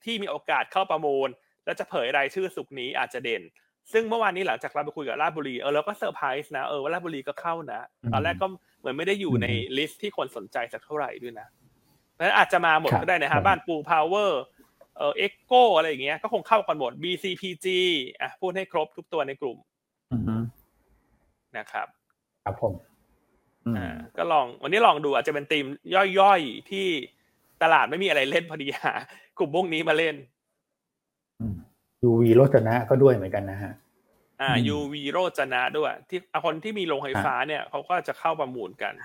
ที่มีโอกาสเข้าประมูลและจะเผยรายชื่อศุกร์นี้อาจจะเด่นซึ่งเมื่อวานนี้หลังจากเราไปคุยกับราชบุรีเออเราก็เซอร์ไพรส์นะเออว่าราชบุรีก็เข้านะตอนแรกก็เหมือนไม่ได้อยู่ในลิสต์ที่คนสนใจสักเท่าไหร่ด้วยนะเพราะฉะนั้นอาจจะมาหมดก็ได้นะฮะบ้านปูพาวเวอร์เอ่อเอ็กโก้อะไรอย่างเงี้ยก็คงเข้ากันหมด บี ซี พี จี อ่ะพูดให้ครบทุกตัวในกลุ่มนะครับครับผมอ่าก็ลองวันนี้ลองดูอาจจะเป็นทีมย่อยๆที่ตลาดไม่มีอะไรเล่นพอดีหากลุ่มพวกนี้มาเล่นยู วี โรจนะก็ด้วยเหมือนกันนะฮะอ่า ยู วี โรจนะด้วยที่คนที่มีโรงไฟฟ้าเนี่ยเขาก็จะเข้าประมูลกัน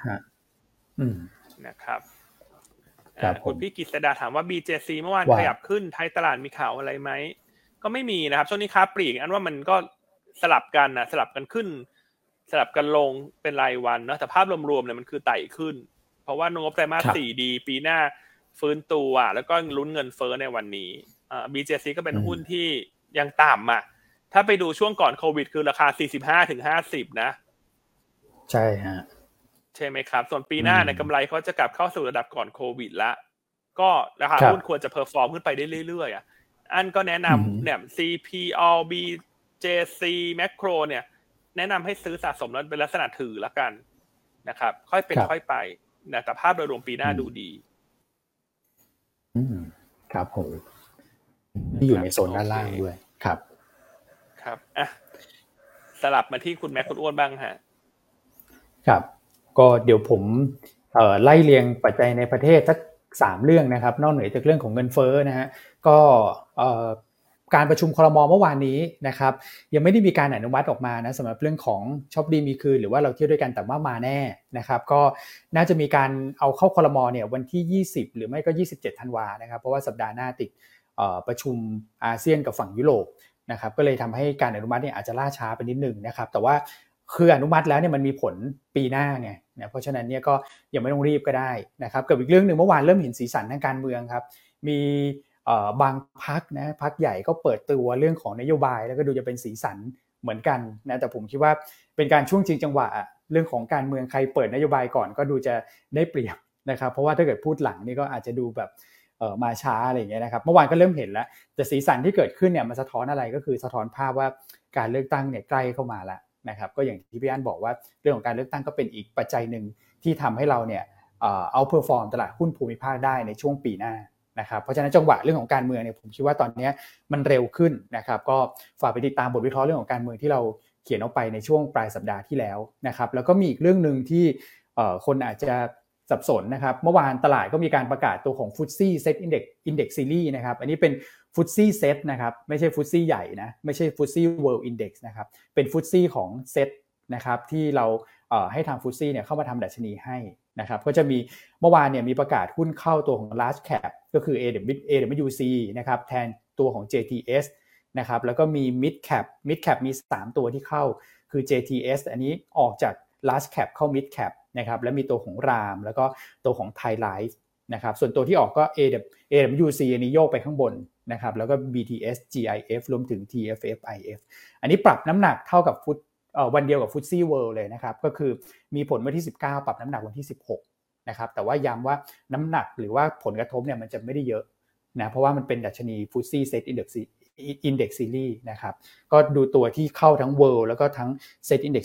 นะครับคุณพี่กิษดาถามว่า บี เจ ซี เมื่อวานขยับขึ้นไทยตลาดมีข่าวอะไรไหมก็ไม่มีนะครับช่วงนี้ค้าปลีกอันว่ามันก็สลับกันนะสลับกันขึ้นสลับกันลงเป็นรายวันเนาะแต่ภาพรวมๆเนี่ยมันคือไต่ขึ้นเพราะว่างบไตรมาสสี่ดีปีหน้าฟื้นตัวแล้วก็ลุ้นเงินเฟ้อในวันนี้อ่า บี เจ ซี ก็เป็นหุ้นที่ยังต่ำอ่ะถ้าไปดูช่วงก่อนโควิดคือราคา สี่สิบห้าถึงห้าสิบ นะใช่ฮะใช่ไหมครับส่วนปีหน้าเนี่ยกำไรเขาจะกลับเข้าสู่ระดับก่อนโควิดละก็ราคาหุ้นควรจะเพอร์ฟอร์มขึ้นไปได้เรื่อยๆอ่ะอันก็แนะนำเนี่ย ซี พี แอล บี เจ ซี Macro เนี่ยแนะนำให้ซื้อสะสมแล้วเป็นลักษณะถือละกันนะครับค่อยเป็นค่อยไปนะแต่ภาพโดยรวมปีหน้าดูดีอืมครับผมที่อยู่ในโซนด้านล่างด้วยครับครับอ่ะสลับมาที่คุณแม็กคุณอ้วนบ้างฮะครับก็เดี๋ยวผมเอ่อไล่เรียงปัจจัยในประเทศสักสามเรื่องนะครับนอกเหนือจากเรื่องของเงินเฟ้อนะฮะก็เอ่อการประชุมครม.เมื่อวานนี้นะครับยังไม่ได้มีการอนุมัติออกมานะสำหรับเรื่องของช็อปดีมีคืนหรือว่าเราเที่ยวด้วยกันแต่ว่ามาแน่นะครับก็น่าจะมีการเอาเข้าครม.เนี่ยวันที่ยี่สิบหรือไม่ก็ยี่สิบเจ็ดธันวานะครับเพราะว่าสัปดาห์หน้าติดเอ่อประชุมอาเซียนกับฝั่งยุโรปนะครับก็เลยทำให้การอนุมัติเนี่ยอาจจะล่าช้าไปนิดนึงนะครับแต่ว่าคืออนุมัติแล้วเนี่ยมันมีผลปีหน้าไงนะเพราะฉะนั้นเนี่ยก็ยังไม่ต้องรีบก็ได้นะครับกับอีกเรื่องนึงเมื่อวานเริ่มเห็นสีสันทางการเมืองครับมีเอ่อบางพรรคนะพรรคใหญ่ก็เปิดตัวเรื่องของนโยบายแล้วก็ดูจะเป็นสีสันเหมือนกันนะแต่ผมคิดว่าเป็นการช่วงชิงจังหวะเรื่องของการเมืองใครเปิดนโยบายก่อนก็ดูจะได้เปรียบนะครับเพราะว่าถ้าเกิดพูดหลังนี่ก็อาจจะดูแบบเอ่อมาช้าอะไรอย่างเงี้ยนะครับเมื่อวานก็เริ่มเห็นแล้วแต่สีสันที่เกิดขึ้นเนี่ยมันสะท้อนอะไรก็คือสะท้อนภาพว่าการเลือกตั้งเนี่ยใกล้เข้ามาแล้วนะครับก็อย่างที่พี่อั้นบอกว่าเรื่องของการเลือกตั้งก็เป็นอีกปัจจัยนึงที่ทำให้เราเนี่ยเอ่อเอาเพอร์ฟอร์มตลาดหุ้นภูมิภาคได้ในช่วงปีหน้านะครับเพราะฉะนั้นจังหวะเรื่องของการเมืองเนี่ยผมคิดว่าตอนนี้มันเร็วขึ้นนะครับก็ฝากไปติดตามบทวิเคราะห์เรื่องของการเมืองที่เราเขียนออกไปในช่วงปลายสัปดาห์ที่แล้วนะครับแล้วก็มีอีกเรื่องนึงที่เอ่อคนอาจจะสับสนนะครับเมื่อวานตลาดก็มีการประกาศตัวของ เอฟ ที เอ เอส Set Index Index Series นะครับอันนี้เป็น เอฟ ที เอ เอส Set นะครับไม่ใช่ เอฟ ที เอ เอส ใหญ่นะไม่ใช่ เอฟ ที เอ เอส World Index นะครับเป็น เอฟ ที เอ เอส ของ Set นะครับที่เราเอ่อให้ทาง เอฟ ที เอ เอส เนี่ยเข้ามาทำดัชนีให้นะครับก็จะมีเมื่อวานเนี่ยมีประกาศหุ้นเข้าตัวของ Large Cap ก็คือ เอ ดับเบิลยู ซี นะครับแทนตัวของ เจ ที เอส นะครับแล้วก็มี Mid Cap Mid Cap มีสามตัวที่เข้าคือ เจ ที เอส อันนี้ออกจาก Large Cap เข้า Mid Cap นะครับแล้วมีตัวของ ราม แล้วก็ตัวของ Thai Life นะครับส่วนตัวที่ออกก็ เอ ดับเบิลยู ซี อันนี้โยกไปข้างบนนะครับแล้วก็ บี ที เอส จี ไอ เอฟ รวมถึง ที เอฟ เอฟ ไอ เอฟ อันนี้ปรับน้ำหนักเท่ากับฟุตเอ่อวันเดียวกับ เอฟ ที เอ เอส World เลยนะครับก็คือมีผลวันที่สิบเก้าปรับน้ำหนักวันที่สิบหกนะครับแต่ว่าย้ำว่าน้ำหนักหรือว่าผลกระทบเนี่ยมันจะไม่ได้เยอะนะเพราะว่ามันเป็นดัชนี เอฟ ที เอ เอส Set Index Index Series นะครับก็ดูตัวที่เข้าทั้ง World แล้วก็ทั้ง Set Index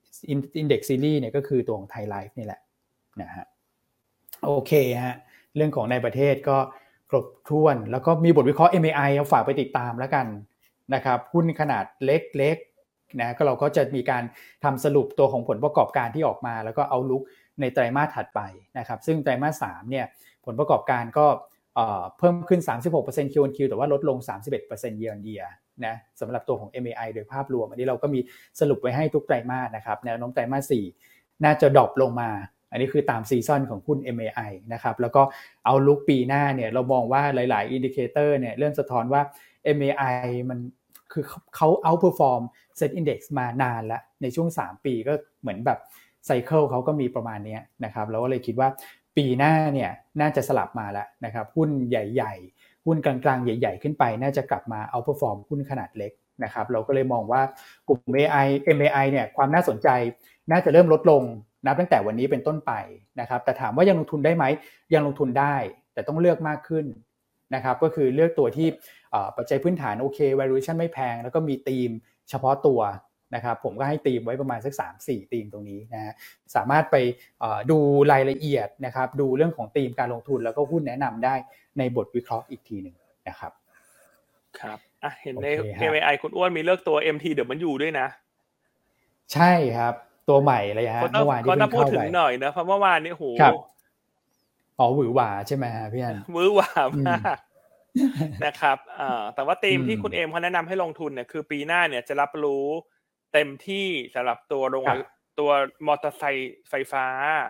Index Series เนี่ยก็คือตัวของ Thai Life นี่แหละนะฮะโอเคฮะเรื่องของในประเทศก็ครบถ้วนแล้วก็มีบทวิเคราะห์ เอ็ม เอ ไอ เอาฝากไปติดตามแล้วกันนะครับหุ้นขนาดเล็กๆนะก็เราก็จะมีการทำสรุปตัวของผลประกอบการที่ออกมาแล้วก็เอาลุกในไตรมาสถัดไปนะครับซึ่งไตรมาสสามเนี่ยผลประกอบการก็เอ่อเพิ่มขึ้น สามสิบหกเปอร์เซ็นต์ Q on Q แต่ว่าลดลง สามสิบเอ็ดเปอร์เซ็นต์ Year on Year นะสำหรับตัวของ เอ็ม เอ ไอ โดยภาพรวมอันนี้เราก็มีสรุปไว้ให้ทุกไตรมาสนะครับแนวโน้มไตรมาสสี่น่าจะดรอปลงมาอันนี้คือตามซีซั่นของหุ้น เอ็ม เอ ไอ นะครับแล้วก็เอาลุกปีหน้าเนี่ยเรามองว่าหลายๆอินดิเคเตอร์เนี่ยเริ่มสะท้อนว่า เอ็ม เอ ไอ มันคือเขาเอาท์เพอร์ฟอร์ม Set Index มานานแล้วในช่วงสามปีก็เหมือนแบบไซเคิลเขาก็มีประมาณนี้นะครับแล้วก็เลยคิดว่าปีหน้าเนี่ยน่าจะสลับมาแล้วนะครับหุ้นใหญ่ๆหุ้นกลางๆใหญ่ๆขึ้นไปน่าจะกลับมาเอาท์เพอร์ฟอร์มหุ้นขนาดเล็กนะครับเราก็เลยมองว่ากลุ่ม เอ ไอ เอ็ม เอ ไอ เนี่ยความน่าสนใจน่าจะเริ่มลดลงนับตั้งแต่วันนี้เป็นต้นไปนะครับแต่ถามว่ายังลงทุนได้ไหมยังลงทุนได้แต่ต้องเลือกมากขึ้นนะครับก็คือเลือกตัวที่ปัจจัยพื้นฐานโอเค valuation ไม่แพงแล้วก็มีธีมเฉพาะตัวนะครับผมก็ให้ธีมไว้ประมาณสัก สามสี่ ธีมตรงนี้นะฮะสามารถไปดูรายละเอียดนะครับดูเรื่องของธีมการลงทุนแล้วก็หุ้นแนะนำได้ในบทวิเคราะห์อีกทีนึงนะครับครับอ่ะเห็นใน เอ็ม เอ ไอ คุณอ้วนมีเลือกตัว เอ็ม ที ดับเบิลยู ด้วยนะใช่ครับตัวใหม่เลยฮะเมื่อวานที่เพิ่งเข้าไปก็ต้องพูดถึงหน่อยนะเพราะเมื่อวานนี้โหอ๋อหวือหวาใช่ไหมฮะพี่อันหวือหวามากนะครับอ่าแต่ว่าธีมที่คุณเอมเขาแนะนำให้ลงทุนเนี่ยคือปีหน้าเนี่ยจะรับรู้เต็มที่สำหรับตัวโรงตัวมอเตอร์ไซค์ไฟฟ้า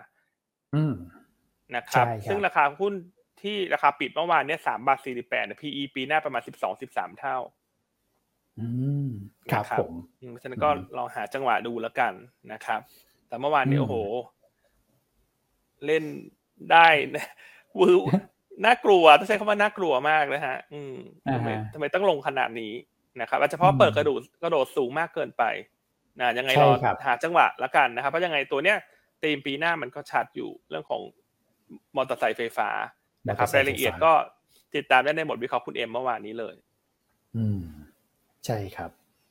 นะครับซึ่งราคาหุ้นที่ราคาปิดเมื่อวานเนี่ยสามบาทสี่สิบแปด พี อี ปีหน้าประมาณสิบสอง สิบสามเท่าอืมครับผมเพราะฉะนั้นก็ลองหาจังหวะดูแล้วกันนะครับแต่เมื่อวานนี้โอ้โหเล่นได้วื้อน่ากลัวต้องใช้คำว่าน่ากลัวมากนะฮะอืมทำไมทำไมต้องลงขนาดนี้นะครับอาจจะเพราะเปิดกระโดดกระโดดสูงมากเกินไปนะยังไงรอหาจังหวะแล้วกันนะครับเพราะยังไงตัวเนี้ยธีมปีหน้ามันก็ชัดอยู่เรื่องของมอเตอร์ไซค์ไฟฟ้านะครับรายละเอียดก็ติดตามได้ในบทวิเคราะห์คุณเอ็มเมื่อวานนี้เลยอืมใช่ครับ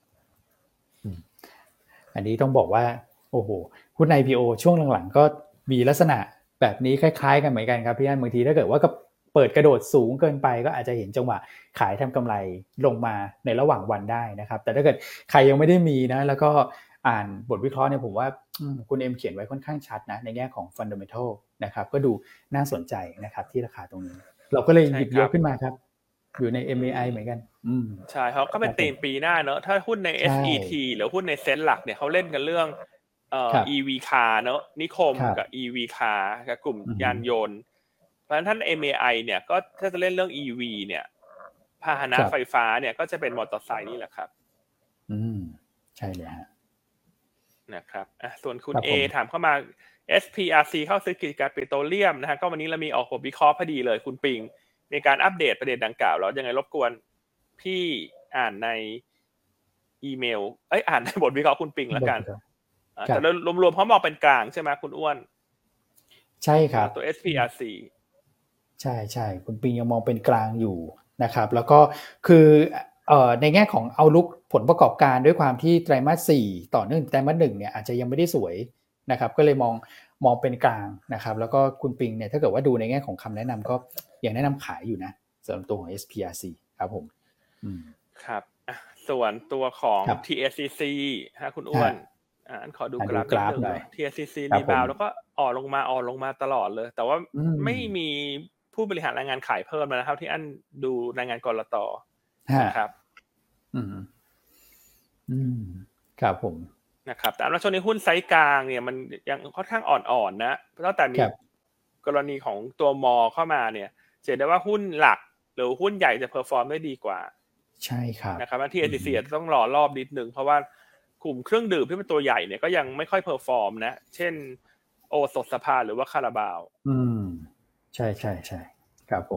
อันนี้ต้องบอกว่าโอ้โหหุ้น ไอ พี โอ ช่วงหลังๆก็มีลักษณะแบบนี้คล้ายๆกันเหมือนกันครับพี่อันบางทีถ้าเกิดว่าก็เปิดกระโดดสูงเกินไปก็อาจจะเห็นจังหวะขายทำกำไรลงมาในระหว่างวันได้นะครับแต่ถ้าเกิดใครยังไม่ได้มีนะแล้วก็อ่านบทวิเคราะห์เนี่ยผมว่าคุณเอ็มเขียนไว้ค่อนข้างชัดนะในแง่ของ fundamental นะครับก็ดูน่าสนใจนะครับที่ราคาตรงนี้เราก็เลยหยิบยกขึ้นมาครับอยู่ใน เอ็ม เอ ไอ เหมือนกันอืมใช่เขาก็เป็นธีมปีหน้าเนอะถ้าหุ้นใน เอส อี ที หรือหุ้นในเซ็นหลักเนี่ยเขาเล่นกันเรื่องเอ่อ อี วี Car เนอะนิคมกับ อี วี Car กับกลุ่มยานยนต์เพราะฉะนั้นท่าน เอ็ม เอ ไอ เนี่ยก็ถ้าจะเล่นเรื่อง อี วี เนี่ยพาหนะไฟฟ้าเนี่ยก็จะเป็นมอเตอร์ไซค์นี่แหละครับอืมใช่เลยฮะนะครับอ่ะส่วนคุณ A ถามเข้ามา เอส พี อาร์ ซี เข้าซื้อกิจการปิโตรเลียมนะฮะก็วันนี้เรามีออกบทวิเคราะห์พอดีเลยคุณปิงมีการอัปเดตประเด็นดังกล่าวแล้วยังไงรบกวนพี่อ่านในอีเมลเอ้ยอ่านในบทวิเคราะห์คุณปิงแล้วกันแต่รวมๆเขามองเป็นกลางใช่ไหมคุณอ้วนใช่ครับตัว เอส พี อาร์ ซีใช่ใช่คุณปิงยังมองเป็นกลางอยู่นะครับแล้วก็คือเอ่อในแง่ของเอาลุกผลประกอบการด้วยความที่ไตรมาสสี่ต่อเนื่องไตรมาสหนึ่งเนี่ยอาจจะยังไม่ได้สวยนะครับก็เลยมองมองเป็นกลางนะครับแล้วก็คุณปิงเนี่ยถ้าเกิดว่าดูในแง่ของคำแนะนำก็ยังแนะนำขายอยู่นะสำหรับตัวของ เอส พี อาร์ ซี ครับผมครับส่วนตัวของ ที เอส ซี ซี ฮะคุณอ้วนอ่าขอดูกราฟนิดนึงหน่อย ที เอส ซี ซี รีบาวแล้วก็อ่อนลงมาอ่อนลงมาตลอดเลยแต่ว่าไม่มีผู้บริหารรายงานขายเพิ่มแล้วนะครับที่อันดูรายงานกลต.นะครับอืมอืมครับผมนะครับแต่แล้วช่วงนี้หุ้นไซส์กลางเนี่ยมันยังค่อนข้างอ่อนๆนะตั้งแต่มีกรณีของตัวมอเข้ามาเนี่ยเห็นได้ว่าหุ้นหลักหรือหุ้นใหญ่จะเพอร์ฟอร์มได้ดีกว่าใช่ครับนะครับที่ เอ ซี ซี ต้องรอรอบนิดนึงเพราะว่ากลุ่มเครื่องดื่มที่เป็นตัวใหญ่เนี่ยก็ยังไม่ค่อยเพอร์ฟอร์มนะเช่นโอสถสภาหรือว่าคาราบาวอืมใช่ใช่ใช่ครับผม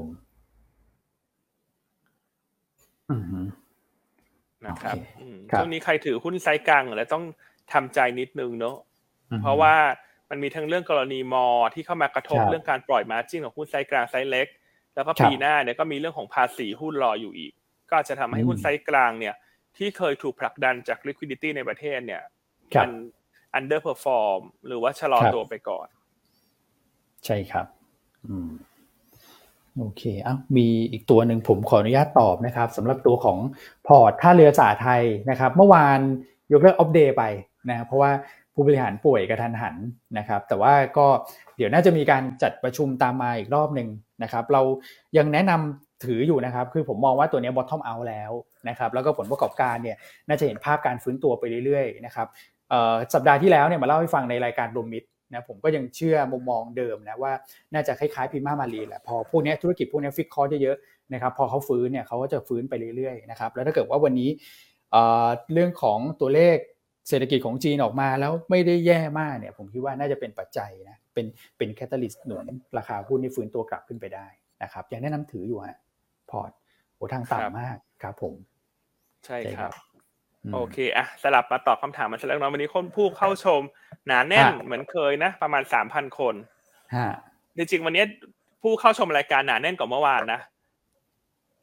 อืมนะครับช่วงนี้ใครถือหุ้นไซส์กลางอะไรต้องทำใจนิดนึงเนาะเพราะว่ามันมีทั้งเรื่องกรณีมอที่เข้ามากระทบเรื่องการปล่อยมาร์จิ้นของหุ้นไซส์กลางไซส์เล็กแล้วก็ปีหน้าเนี่ยก็มีเรื่องของภาษีหุ้นรออยู่อีกก็จะทำให้หุ้นไซส์กลางเนี่ยที่เคยถูกผลักดันจาก liquidity ในประเทศเนี่ยมัน underperform หรือว่าชะลอตัวไปก่อนใช่ครับอืมโอเคอ้าวมีอีกตัวหนึ่งผมขออนุญาตตอบนะครับสำหรับตัวของพอร์ตท่าเรือสาไทยนะครับเมื่อวานยกเลิกอัปเดตไปนะเพราะว่าผู้บริหารป่วยกระทันหันนะครับแต่ว่าก็เดี๋ยวน่าจะมีการจัดประชุมตามมาอีกรอบนึงนะครับเรายังแนะนำถืออยู่นะครับคือผมมองว่าตัวนี้ bottom out แล้วนะครับแล้วก็ผลประกอบการเนี่ยน่าจะเห็นภาพการฟื้นตัวไปเรื่อยๆนะครับเอ่อสัปดาห์ที่แล้วเนี่ยมาเล่าให้ฟังในรายการรวมมิตรนะผมก็ยังเชื่อมุมมองเดิมนะว่าน่าจะคล้ายๆพิม่ามารีแหละพอพวกนี้ธุรกิจพวกนี้ฟิกคอร์สเยอะๆนะครับพอเขาฟื้นเนี่ยเขาก็จะฟื้นไปเรื่อยๆนะครับแล้วถ้าเกิดว่าวันนี้เอ่อเรื่องของตัวเลขเศรษฐกิจของจีนออกมาแล้วไม่ได้แย่มากเนี่ยผมคิดว่าน่าจะเป็นปัจจัยนะเป็นเป็นแคตตาลิสต์หนุนราคาหุ้นที่ฟื้นตัวกลับขึ้นไปได้นะครับยังแนะนำถืออยู่ฮะพอร์ตโหทางต่ำมากครับผมใช่ครับโอเคอ่ะสลับมาตอบคำถามมันเสร็จแล้วเนาะวันนี้คนผู้เข้าชมหนาแน่นเหมือนเคยนะประมาณ สามพัน คนจริงๆวันนี้ผู้เข้าชมรายการหนาแน่นกว่าเมื่อวานนะ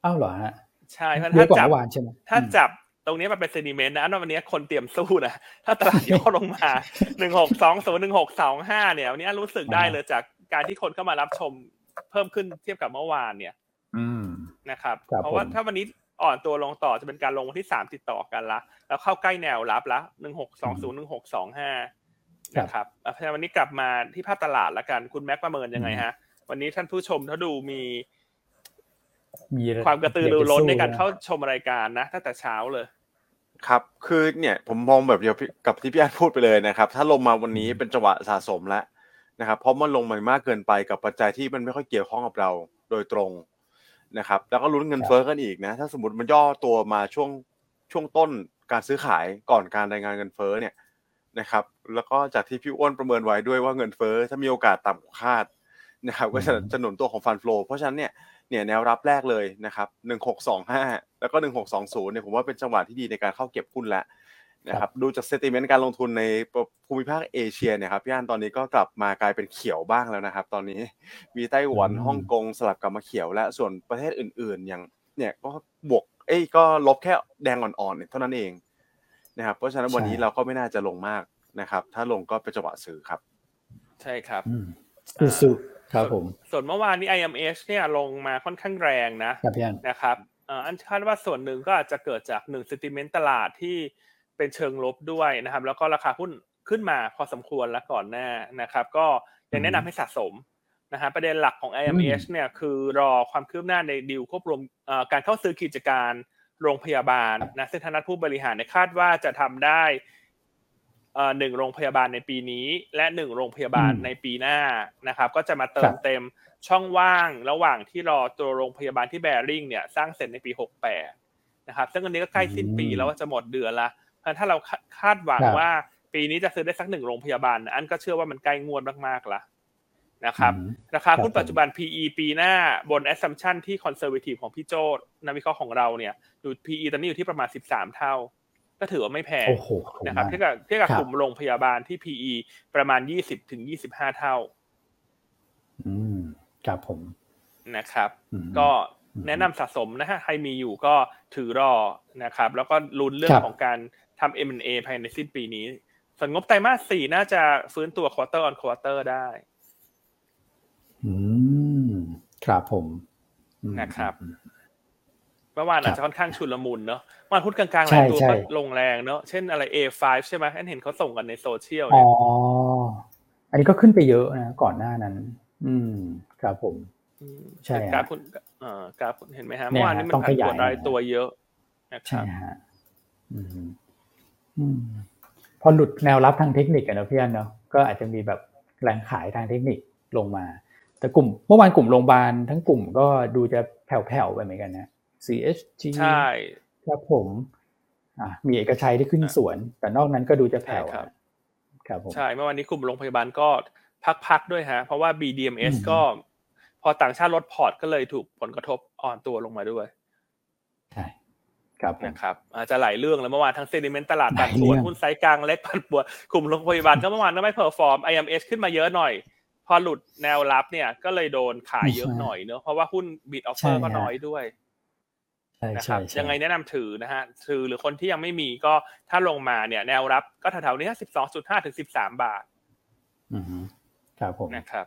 อ้าวเหรอฮะใช่เพราะถ้าจับถ้าจับตรงนี้มันเป็นเซนิเมนต์นะอันวันนี้คนเตรียมสู้นะถ้าตลาดย่อลงมาหนึ่งหกสองศูนย์ หนึ่งหกสองห้าเนี่ยวันนี้รู้สึกได้เลยจากการที่คนเข้ามารับชมเพิ่มขึ้นเทียบกับเมื่อวานเนี่ยนะครับเพราะว่าถ้าวันนี้อ่อนตัวลงต่อจะเป็นการลงวันที่สามติดต่อกันละแล้วเข้าใกล้แนวรับละหนึ่งหกสองศูนย์ หนึ่งหกสองห้านะครับเพราะฉะนั้นวันนี้กลับมาที่ภาพตลาดละกันคุณแม็กประเมินยังไงฮะวันนี้ท่านผู้ชมถ้าดูมีมีความกระตือรือร้นในการเข้าชมรายการนะตั้งแต่เช้าเลยครับคือเนี่ยผมมองแบบเดียวกับที่พี่อั้นพูดไปเลยนะครับถ้าลงมาวันนี้เป็นจังหวะสะสมแล้วนะครับเพราะมันลงมามากเกินไปกับปัจจัยที่มันไม่ค่อยเกี่ยวข้องกับเราโดยตรงนะครับแล้วก็ลุ้นเงินเฟ้อกันอีกนะถ้าสมมติมันย่อตัวมาช่วงช่วงต้นการซื้อขายก่อนการรายงานเงินเฟ้อเนี่ยนะครับแล้วก็จากที่พี่อ้วนประเมินไว้ด้วยว่าเงินเฟ้อถ้ามีโอกาสต่ำกว่าคาดนะครับก็จะหนุนตัวของฟันโฟลเพราะฉะนั้นเนี่ยเนี่ยแนวรับแรกเลยนะครับหนึ่งหกสองห้าแล้วก็หนึ่งหกสองศูนย์เนี่ยผมว่าเป็นจังหวะที่ดีในการเข้าเก็บหุ้นแล้วนะครับดูจากเซนติเมนต์การลงทุนในภูมิภาคเอเชียเนี่ยครับพี่อั้นตอนนี้ก็กลับมากลายเป็นเขียวบ้างแล้วนะครับตอนนี้มีไต้หวันฮ่องกงสลับกลับมาเขียวและส่วนประเทศอื่นๆอย่างเนี่ยก็บวกเอ้ยก็ลบแค่แดงอ่อนๆเท่านั้นเองนะครับเพราะฉะนั้นวันนี้เราก็ไม่น่าจะลงมากนะครับถ้าลงก็เป็นจังหวะซื้อครับใช่ครับสู้ครับผมส่วนเมื่อวานนี้ ไอ เอ็ม เอช เนี่ยลงมาค่อนข้างแรงนะนะครับอันคาดว่าส่วนหนึ่งก็อาจจะเกิดจากหนึ่ง sentiment ตลาดที่เป็นเชิงลบด้วยนะครับแล้วก็ราคาหุ้นขึ้นมาพอสมควรแล้วก่อนหน้านะครับก็ยังแนะนำให้สะสมนะฮะประเด็นหลักของ ไอ เอ็ม เอช เนี่ยคือรอความคืบหน้าในดีลควบรวมการเข้าซื้อกิจการโรงพยาบาลนะซึ่งทางผู้บริหารคาดว่าจะทำได้หนึ่งโรงพยาบาลในปีนี้และหนึ่งโรงพยาบาลในปีหน้านะครับก็จะมาเติมเต็มช่องว่างระหว่างที่รอตัวโรงพยาบาลที่แบริ่งเนี่ยสร้างเสร็จในปีหกสิบแปดนะครับซึ่งอันนี้ก็ใกล้สิ้นปีแล้วว่าจะหมดเดือนละเพราะถ้าเราคาดหวังว่าปีนี้จะซื้อได้สักหนึ่งโรงพยาบาลอันก็เชื่อว่ามันใกล้งวดมากๆละนะครับราคาหุ้นปัจจุบัน พี อี ปีหน้าบน assumption ที่ conservative ของพี่โจ้นักวิเคราะห์ของเราเนี่ยอยู่ พี อี ตอนนี้อยู่ที่ประมาณสิบสามเท่าก็ถือว่าไม่แพงนะครับเทียบกับเทียบกับกลุ่มโรงพยาบาลที่ พี อี ประมาณ ยี่สิบถึงยี่สิบห้า เท่าอืมครับผมนะครับก็แนะนำสะสมนะฮะใครมีอยู่ก็ถือรอนะครับแล้วก็ลุ้นเรื่องของการทำ เอ็ม แอนด์ เอ ภายในสิ้นปีนี้ส่วนงบไตรมาสสี่น่าจะฟื้นตัว quarter on quarter ได้อืมครับผมนะครับเมื่อวานอาจจะค่อนข้างชุลมุนเนาะวันพุธกลางๆหลายตัวก็ลงแรงเนาะเช่นอะไร เอ ไฟว์ ใช่ไหมเห็นเขาส่งกันในโซเชียลเนี่ยอ๋ออันนี้ก็ขึ้นไปเยอะนะก่อนหน้านั้นอืมครับผมใช่กราฟคุณเอ่อกราฟเห็นไหมฮะเมื่อวานนี้มันผันผวนรายตัวเยอะนะครับใช่ฮะอืมอืมพอหลุดแนวรับทางเทคนิคอะนะพี่อันเนาะก็อาจจะมีแบบแรงขายทางเทคนิคลงมาแต่กลุ่มเมื่อวานกลุ่มโรงพยาบาลทั้งกลุ่มก็ดูจะแผ่วๆไปเหมือนกันนะ ซี เอช จีใช่ครับผมอ่ะมีเอกชัยที่ขึ้นสวนแต่นอกนั้นก็ดูจะแผ่วครับผมใช่เมื่อวานนี้กลุ่มโรงพยาบาลก็พักๆด้วยฮะเพราะว่า บี ดี เอ็ม เอส ก็พอต่างชาติลดพอร์ตก็เลยถูกผลกระทบอ่อนตัวลงมาด้วยใช่ครับนะครับอาจจะหลายเรื่องแล้วเมื่อวานทั้งเซนิเมนต์ตลาดปั่นป่วนหุ้นไซส์กลางเล็กปั่นป่วนกลุ่มโรงพยาบาลก็เมื่อวานก็ไม่เพอร์ฟอร์ม ไอ เอ็ม เอช ขึ้นมาเยอะหน่อยพอหลุดแนวรับเนี่ยก็เลยโดนขายเยอะหน่อยเนอะเพราะว่าหุ้นบิดออฟเฟอร์ก็น้อยด้วยนะครับยังไงแนะนำถือนะฮะถือหรือคนที่ยังไม่มีก็ถ้าลงมาเนี่ยแนวรับก็แถวๆนี้ สิบสองจุดห้า ถึงสิบสามบาทอือฮึครับผมนะครับ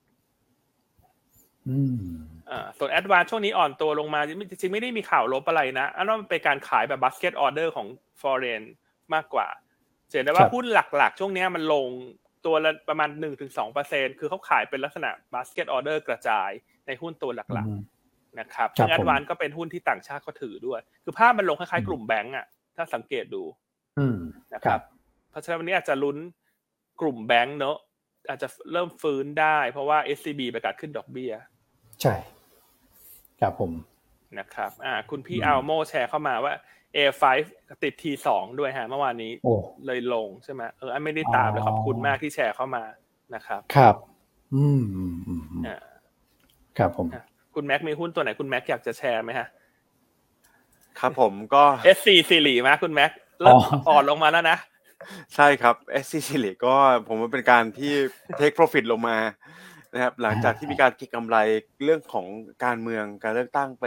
อืมอ่าส่วนแอดวานซ์ช่วงนี้อ่อนตัวลงมาจริงๆไม่ได้มีข่าวลบอะไรนะอันนั้นมันเป็นการขายแบบบาสเกตออเดอร์ของ foreign มากกว่าเห็นได้ว่าหุ้นหลักๆช่วงนี้มันลงตัวละประมาณ หนึ่งถึงสองเปอร์เซ็นต์ คือเขาขายเป็นลักษณะบาสเกตออเดอร์กระจายในหุ้นตัวหลักๆนะครับซึ่งแอดวานซ์ก็เป็นหุ้นที่ต่างชาติก็ถือด้วยคือภาพมันลงคล้ายๆกลุ่มแบงก์อ่ะถ้าสังเกตดูนะครับเพราะฉะนั้นวันนี้อาจจะลุ้นกลุ่มแบงก์เนอะอาจจะเริ่มฟื้นได้เพราะว่า เอส ซี บี ประกาศขึ้นดอกเบี้ยใช่ครับผมนะครับอ่าคุณพี่อัลโมแชร์เข้ามาว่า เอ ไฟว์ ติด ที ทู ด้วยฮะเมื่อวานนี้เลยลงใช่ไหมเอออันไม่ได้ตามเลยขอบคุณมากที่แชร์เข้ามานะครับครับอืมอ่าครับผมคุณแม็กมีหุ้นตัวไหนคุณแม็กอยากจะแชร์ไหมฮะครับผมก็เอส ซี ซีรีมั้ยคุณแม็กเริ่มอ่อนลงมาแล้วนะใช่ครับ เอส ซี ซีรีก็ผมว่าเป็นการที่ take profit ลงมานะครับหลังจากที่มีการเก็งกำไรเรื่องของการเมืองการเลือกตั้งไปเนี่ย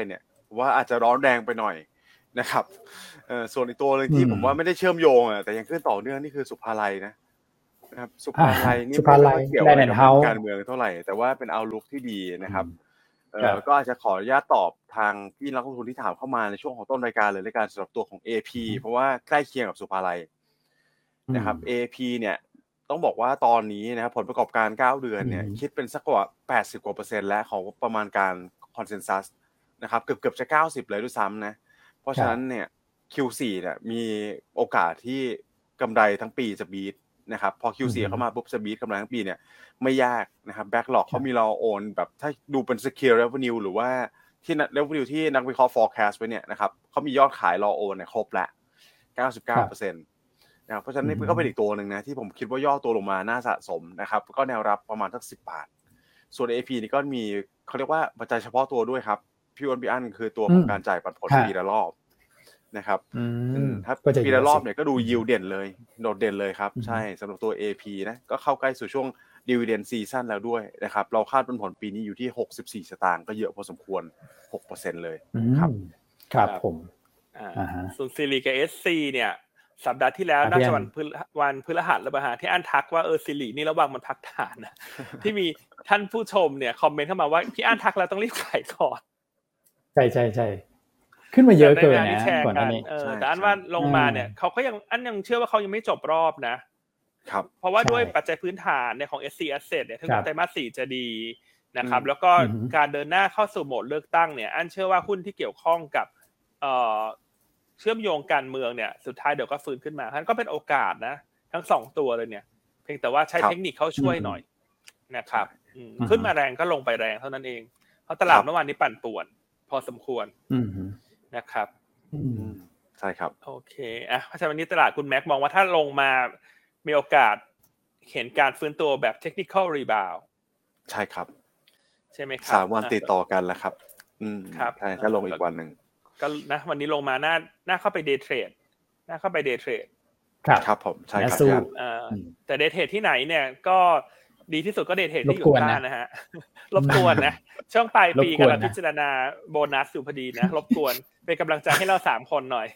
ว่าอาจจะร้อนแรงไปหน่อยนะครับเอ่อส่วนอีกตัวนึงที่ผมว่าไม่ได้เชื่อมโยงอ่ะแต่ยังขึ้นต่อเนื่องนี่คือสุภาลัยนะนะครับสุภาลัยนี่ไม่ได้เกี่ยวกับการเมืองเท่าไหร่แต่ว่าเป็นเอาลุคที่ดีนะครับเอ่อก็อาจจะขออนุญาตตอบทางพี่นักลงทุนที่ถามเข้ามาในช่วงของต้นรายการเลยในการสำหรับตัวของ เอ พี เพราะว่าใกล้เคียงกับสุภาลัยนะครับ เอ พี เนี่ยต้องบอกว่าตอนนี้นะครับผลประกอบการเก้าเดือนเนี่ยคิดเป็นสักกว่าแปดสิบกว่าเปอร์เซ็นต์แล้วของประมาณการคอนเซนซัสนะครับเกือบๆจะเก้าสิบเลยด้วยซ้ำนะเพราะฉะนั้นเนี่ย คิว โฟร์ เนี่ยมีโอกาสที่กำไรทั้งปีจะบีทนะครับพอ คิว โฟร์ เข้ามาปุ๊บจะบีทกำไรทั้งปีเนี่ยไม่ยากนะครับแบ็คล็อกเขามีรอโอนแบบถ้าดูเป็น secure revenue หรือว่าที่ revenue ที่นักวิเคราะห์ forecast ไว้เนี่ยนะครับเขามียอดขายรอโอนเนี่ยครบแล้ว เก้าสิบเก้าเปอร์เซ็นต์ นะครับเพราะฉะนั้นนี่ก็เป็นอีกตัวนึงนะที่ผมคิดว่าย่อตัวลงมาน่าสะสมนะครับก็แนวรับประมาณสักสิบบาทส่วน เอ พี นี่ก็มีเขาเรียกว่าปัจจัยเฉพาะตัวด้วยครับพี่อ้วนพี่อั้นคือตัวของการจ่ายปันผลปีละรอบนะครับถ้าปีละรอบเนี่ยก็ดูยิวเด่นเลยโดดเด่นเลยครับใช่สำหรับตัว เอ พี นะก็เข้าใกล้สู่ช่วง dividend season แล้วด้วยนะครับเราคาดปันผลปีนี้อยู่ที่หกสิบสี่สตางค์ก็เยอะพอสมควร หกเปอร์เซ็นต์ เลยครับครับผมอ่าส่วนซีรีกับ เอส ซี เนี่ยสัปดาห์ที่แล้วน่าจะวันพฤวันพฤหัสหรือเปล่าฮะที่อันทักว่าเออซีรีนี่ระวังมันพักฐานนะที่มีท่านผู้ชมเนี่ยคอมเมนต์เข้ามาว่าพี่อันทักแล้วต้องรีบขายก่อนใช่ๆๆขึ้นมาเยอะเกินนะก่อนหน้านี้เออแต่อันว่าลงมาเนี่ยเขาก็ยังอันยังเชื่อว่าเขายังไม่จบรอบนะครับเพราะว่าด้วยปัจจัยพื้นฐานเนี่ยของ เอส ซี Asset เนี่ยถึงไตรมาสสี่จะดีนะครับแล้วก็การเดินหน้าเข้าสู่โหมดเลือกตั้งเนี่ยอันเชื่อว่าหุ้นที่เกี่ยวข้องกับเอ่อเชื่อมโยงการเมืองเนี่ยสุดท้ายเดี๋ยวก็ฟื้นขึ้นมาฉะนั้นก็เป็นโอกาสนะทั้งสองตัวเลยเนี่ยเพียงแต่ว่าใช้เทคนิคเข้าช่วยหน่อยนะครับขึ้นมาแรงก็ลงไปแรงเท่านั้นเองเพราะตลาดเมื่อวานนี้ปั่นป่วนพอสมควรนะครับใช่ครับโอเคอ่ะเพราะฉะนั้นวันนี้ตลาดคุณแม็กมองว่าถ้าลงมามีโอกาสเห็นการฟื้นตัวแบบ technical rebound ใช่ครับใช่ไหมครับสามวันติดต่อกันแล้วครับอืมครับใช่ถ้าลงอีกวันนึงก็นะวันนี้ลงมาหน้าหน้าเข้าไปเดย์เทรดหน้าเข้าไปเดย์เทรดครับครับผมใช่ครับเอ่อแต่เดย์เทรดที่ไหนเนี่ยก็ดีที่สุดก็เดย์เทรดที่อยู่บ้านนะฮะรบกวนนะช่วงปลายปีกำลังพิจารณาโบนัสอยู่พอดีนะรบกวนเป็นกำลังใจให้เราสามคนหน่อย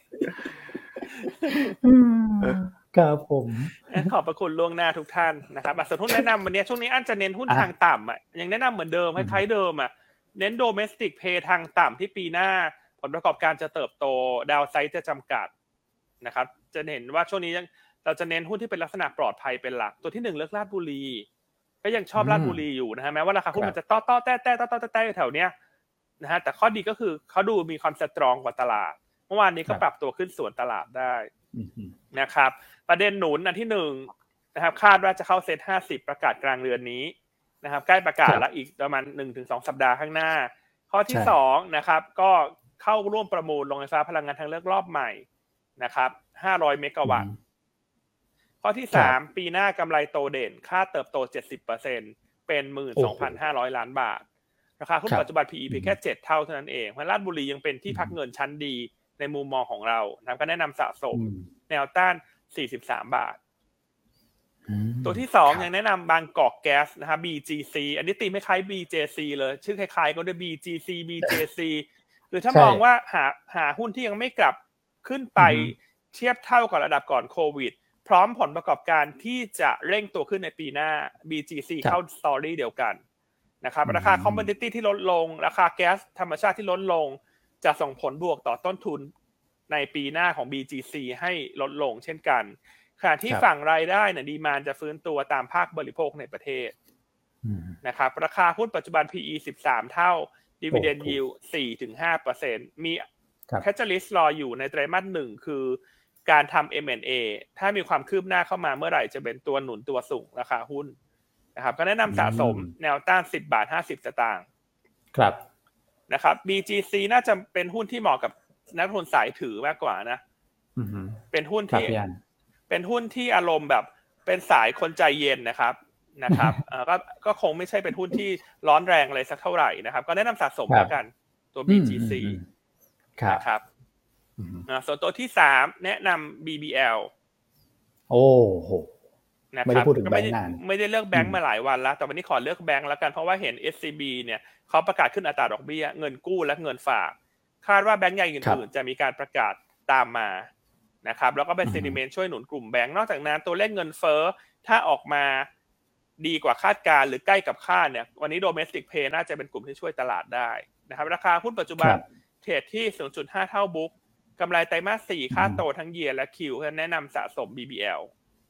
ครับผมขอบพระคุณล่วงหน้าทุกท่านนะครับส่วนหุ้นแนะนำวันนี้ช่วงนี้อันจะเน้นหุ้นทางต่ำอ่ะยังแนะนำเหมือนเดิมคล้ายๆเดิมอ่ะเน้น domestic play ทางต่ำที่ปีหน้าผลประกอบการจะเติบโตดาวไซด์จะจำกัดนะครับจะเห็นว่าช่วงนี้เราจะเน้นหุ้นที่เป็นลักษณะปลอดภัยเป็นหลักตัวที่หนึ่งเลือกลาดบุรีก็ยังชอบลาดบุรีอยู่นะฮะแม้ว่าราคาหุ้นมันจะต้อต้อแต้แต้ต้อต้อแต้แถวเนี้ยนะฮะแต่ข้อดีก็คือเขาดูมีความสตรองกว่าตลาดเมื่อวานนี้ก็ปรับตัวขึ้นสวนตลาดได้นะครับประเด็นหนุนอันที่หนึ่งนะครับคาดว่าจะเข้าเซ็ตห้าสิบประกาศกลางเดือนนี้นะครับใกล้ประกาศแล้วอีกประมาณ หนึ่งถึงสอง สัปดาห์ข้างหน้าข้อที่สองนะครับก็เข้าร่วมประมูลโรงไฟฟ้าพลังงานทางเลือกรอบใหม่นะครับห้าร้อยเมกะวัตต์ข้อที่สามปีหน้ากำไรโตเด่นคาดเติบโต เจ็ดสิบเปอร์เซ็นต์ เป็น หนึ่งหมื่นสองพันห้าร้อย ล้านบาทราคาหุ้นปัจจุบัน พี อี เพียงแค่เจ็ดเท่าเท่านั้นเองเพราะราชบุรียังเป็นที่พักเงินชั้นดีในมุมมองของเรานะครับก็แนะนำสะสมแนวต้านสี่สิบสามบาทตัวที่สองยังแนะนำบางกอกแก๊สนะครับ บี จี ซี อันนี้ตีไม่คล้าย บี เจ ซี เลยชื่อคล้ายๆก็ด้วย บี จี ซี บี เจ ซี คือถ้ามองว่าหาหาหุ้นที่ยังไม่กลับขึ้นไปเทียบเท่ากับระดับก่อนโควิดพร้อมผลประกอบการที่จะเร่งตัวขึ้นในปีหน้า บี จี ซี เข้าสตอรี่เดียวกันนะครับราคาคอมโมดิตี้ที่ลดลงราคาแก๊สธรรมชาติที่ลดลงจะส่งผลบวกต่อต้นทุนในปีหน้าของ บี จี ซี ให้ลดลงเช่นกันขณะที่ฝั่งรายได้เนี่ยดีมานด์จะฟื้นตัวตามภาคบริโภคในประเทศนะครับราคาหุ้นปัจจุบัน พี อี สิบสามเท่า Dividend Yield สี่ถึงห้าเปอร์เซ็นต์ มี Catalyst รออยู่ในไตรมาสหนึ่งคือการทำ เอ็ม แอนด์ เอ ถ้ามีความคืบหน้าเข้ามาเมื่อไหร่จะเป็นตัวหนุนตัวสูงราคาหุ้นนะครับก็แนะนำสะสมแนวต้านสิบบาทห้าสิบสตางค์ครับนะครับ บี จี ซี น่าจะเป็นหุ้นที่เหมาะกับนักลงทุนสายถือมากกว่านะเป็นหุ้นที่เป็นหุ้นที่อารมณ์แบบเป็นสายคนใจเย็นนะครับนะครับก็ก็คงไม่ใช่เป็นหุ้นที่ร้อนแรงอะไรสักเท่าไหร่นะครับก็แนะนำสะสมแล้วกันตัว บี จี ซี นะครับส่วนตัวที่สามแนะนำ บี บี แอลโอ้โหไม่ได้พูดถึงแบงค์นานไม่ได้เลือกแบงค์มาหลายวันแล้วแต่วันนี้ขอเลือกแบงค์แล้วกันเพราะว่าเห็น เอส ซี บี เนี่ยเขาประกาศขึ้นอัตราดอกเบี้ยเงินกู้และเงินฝากคาดว่าแบงก์ใหญ่อื่นๆจะมีการประกาศตามมานะครับแล้วก็เป็นเซนิเมนต์ช่วยหนุนกลุ่มแบงก์นอกจากนั้นตัวเลขเงินเฟ้อถ้าออกมาดีกว่าคาดการหรือใกล้กับคาดเนี่ยวันนี้ Domestic Play น่าจะเป็นกลุ่มที่ช่วยตลาดได้นะครับราคาหุ้นปัจจุบันเทรดที่ ศูนย์จุดห้า เท่าบุ๊กกำไรไตรมาสสี่ค่าโตทั้งเยียร์และคิวแนะนำสะสม บี บี แอล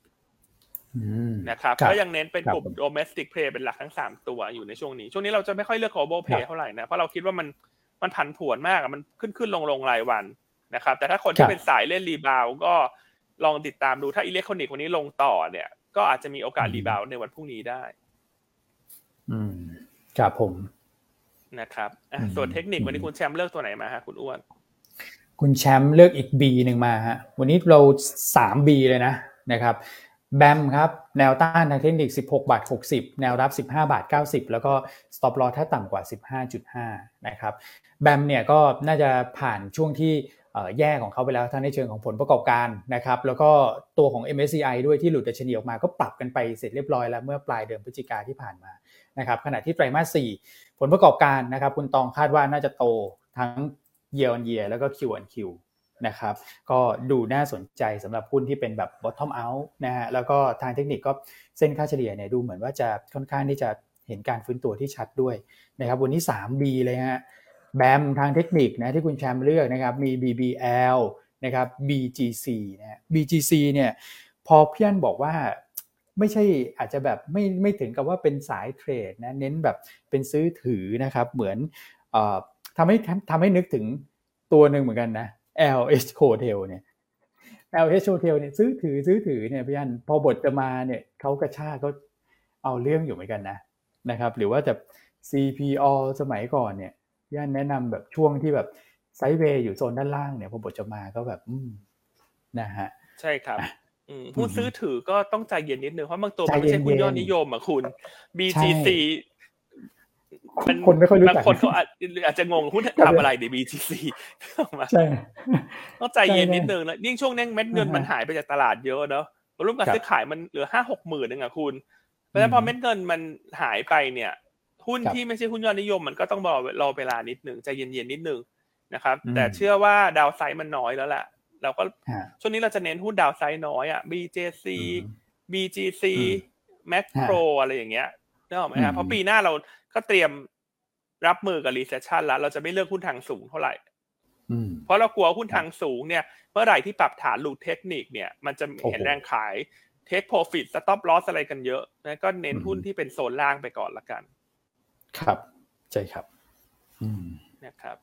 นะครับก็ยังเน้นเป็นกลุ่ม Domestic Play เป็นหลักทั้งสามตัวอยู่ในช่วงนี้ช่วงนี้เราจะไม่ค่อยเลือก Global Play เท่าไหร่นะเพราะเราคิดว่ามันมันผันผวนมากมันขึ้นขึ้นลงลงรายวันนะครับแต่ถ้าคนที่เป็นสายเล่นรีบาวก็ลองติดตามดูถ้าอิเล็กทรอนิกส์วันนี้ลงต่อเนี่ยก็อาจจะมีโอกาสรีบาวในวันพรุ่งนี้ได้อืมครับผมนะครับอ่ะส่วนเทคนิควันนี้คุณแชมป์เลือกตัวไหนมาฮะคุณอ้วนคุณแชมป์เลือกอีก B นึงมาฮะวันนี้เรา สาม บี เลยนะนะครับแบมครับแนวต้านทางเทคนิค สิบหกบาทหกสิบแนวรับ สิบห้าบาทเก้าสิบแล้วก็ stop loss ถ้าต่ำกว่า สิบห้าจุดห้า นะครับแบมเนี่ยก็น่าจะผ่านช่วงที่แย่ของเขาไปแล้วทั้งในเชิงของผลประกอบการนะครับแล้วก็ตัวของ เอ็ม เอส ซี ไอ ด้วยที่หลุดดัชนีออกมาก็ปรับกันไปเสร็จเรียบร้อยแล้วเมื่อปลายเดือนพฤศจิกายนที่ผ่านมานะครับขณะที่ไตรมาสสี่ผลประกอบการนะครับคุณตองคาดว่าน่าจะโตทั้ง year on year แล้วก็ Q on Q นะครับก็ดูน่าสนใจสำหรับหุ้นที่เป็นแบบ bottom out นะฮะแล้วก็ทางเทคนิคก็เส้นค่าเฉลี่ยเนี่ยดูเหมือนว่าจะค่อนข้างที่จะเห็นการฟื้นตัวที่ชัดด้วยนะครับวันนี้ สาม บี เลยฮะแบมทางเทคนิคนะที่คุณแชมป์เลือกนะครับมี บี บี แอล นะครับ บี จี ซี นะฮะ บี จี ซี เนี่ยพอพี่อั้นบอกว่าไม่ใช่อาจจะแบบไม่ไม่ถึงกับว่าเป็นสายเทรดนะเน้นแบบเป็นซื้อถือนะครับเหมือนเอ่อทำให้ทำให้นึกถึงตัวนึงเหมือนกันนะ แอล เอช Hotel เนี่ย แอล เอช Hotel เนี่ยซื้อถือซื้อถือเนี่ยพี่อั้นพอบทจะมาเนี่ยเขากระชากเขาเอาเรื่องอยู่เหมือนกันนะนะครับหรือว่าจะ ซี พี โอ สมัยก่อนเนี่ยพี่อั้นแนะนำแบบช่วงที่แบบไซด์เวย์อยู่โซนด้านล่างเนี่ยพอบทจะมาก็แบบอืมนะฮะใช่ครับหุ้นซื้อถือก็ต้องใจเย็นนิดนึงเพราะบางตัวมันไม่ใช่หุ้นยอดนิยมอ่ะคุณ บี จี ซี มันคนไม่ค่อยรู้จักบางคนเขาอาจจะงงหุ้นทำอะไรใน บี จี ซีใช่ต้องใจเย็นนิดนึงนะยิ่งช่วงนี้เม็ดเงินมันหายไปจากตลาดเยอะเนอะรูปการซื้อขายมันเหลือ ห้าหก หมื่นนึงอ่ะคุณเพราะฉะนั้นพอเม็ดเงินมันหายไปเนี่ยหุ้นที่ไม่ใช่หุ้นยอดนิยมมันก็ต้องรอรอเวลานิดนึงใจเย็นๆนิดนึงนะครับแต่เชื่อว่าดาวไซด์มันน้อยแล้วแหละเราก็ช่วงนี้เราจะเน้นหุ้นดาวไซด์น้อยอ่ะ บี เจ ซี บี จี ซี Macro อะไรอย่างเงี้ยนึกออกมั้ยฮะเพราะปีหน้าเราก็เตรียมรับมือกับ recession แล้วเราจะไม่เลือกหุ้นทางสูงเท่าไหร่เพราะเรากลัวหุ้นทางสูงเนี่ยเมื่อไหร่ที่ปรับฐานหลุดเทคนิคเนี่ยมันจะเห็นแรงขาย take profit stop loss อะไรกันเยอะนะก็เน้นหุ้นที่เป็นโซนล่างไปก่อนละกันครับใช่ครับนะครับ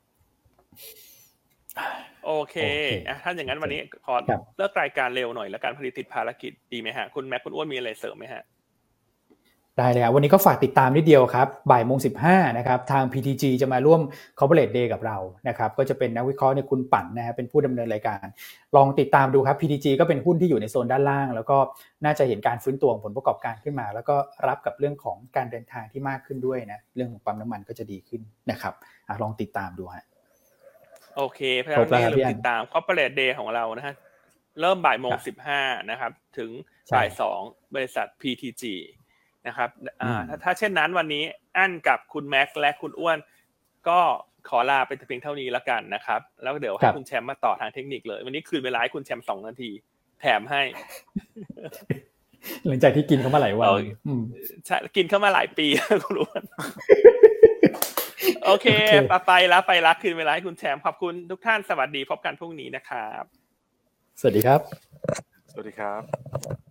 โอเคอ่ะถ้าอย่างนั้นวันนี้ขอเลิกรายการเร็วหน่อยแล้วกันพอดีติดภารกิจดีไหมฮะคุณแม็กคุณอ้วนมีอะไรเสริมไหมฮะได้เลยครับวันนี้ก็ฝากติดตามนิดเดียวครับบ่ายโมงสิบห้านะครับทาง พี ที จี จะมาร่วม Corporate Day กับเรานะครับก็จะเป็นนักวิเคราะห์เนี่ยคุณปั่นนะฮะเป็นผู้ดำเนินรายการลองติดตามดูครับ พี ที จี ก็เป็นหุ้นที่อยู่ในโซนด้านล่างแล้วก็น่าจะเห็นการฟื้นตัวของผลประกอบการขึ้นมาแล้วก็รับกับเรื่องของการเดินทางที่มากขึ้นด้วยนะเรื่องของปั๊มน้ำมันก็จะดีขึ้นนะครับลองติดตามดูฮะโอเคเพราะฉะนั้นอย่าลืมติดตาม Corporate Day ของเรานะฮะเริ่มบ่ายโมงสิบห้านะครับถึงบ่ายสองบริษัท พี ที จีนะครับอ่าถ้าถ้าเช่นนั้นวันนี้อั้นกับคุณแม็กและคุณอ้วนก็ขอลาไปแต่เพียงเท่านี้แล้วกันนะครับแล้วเดี๋ยวให้คุณแชมป์มาต่อทางเทคนิคเลยวันนี้คืนเวลาให้คุณแชมป์สองนาทีแถมให้หลังจากที่กินเข้ามาหลายวันอืมใช่กินเข้ามาหลายปีคุณอ้วนโอเคไปไปแล้วไปละคืนเวลาให้คุณแชมป์ขอบคุณทุกท่านสวัสดีพบกันพรุ่งนี้นะครับสวัสดีครับสวัสดีครับ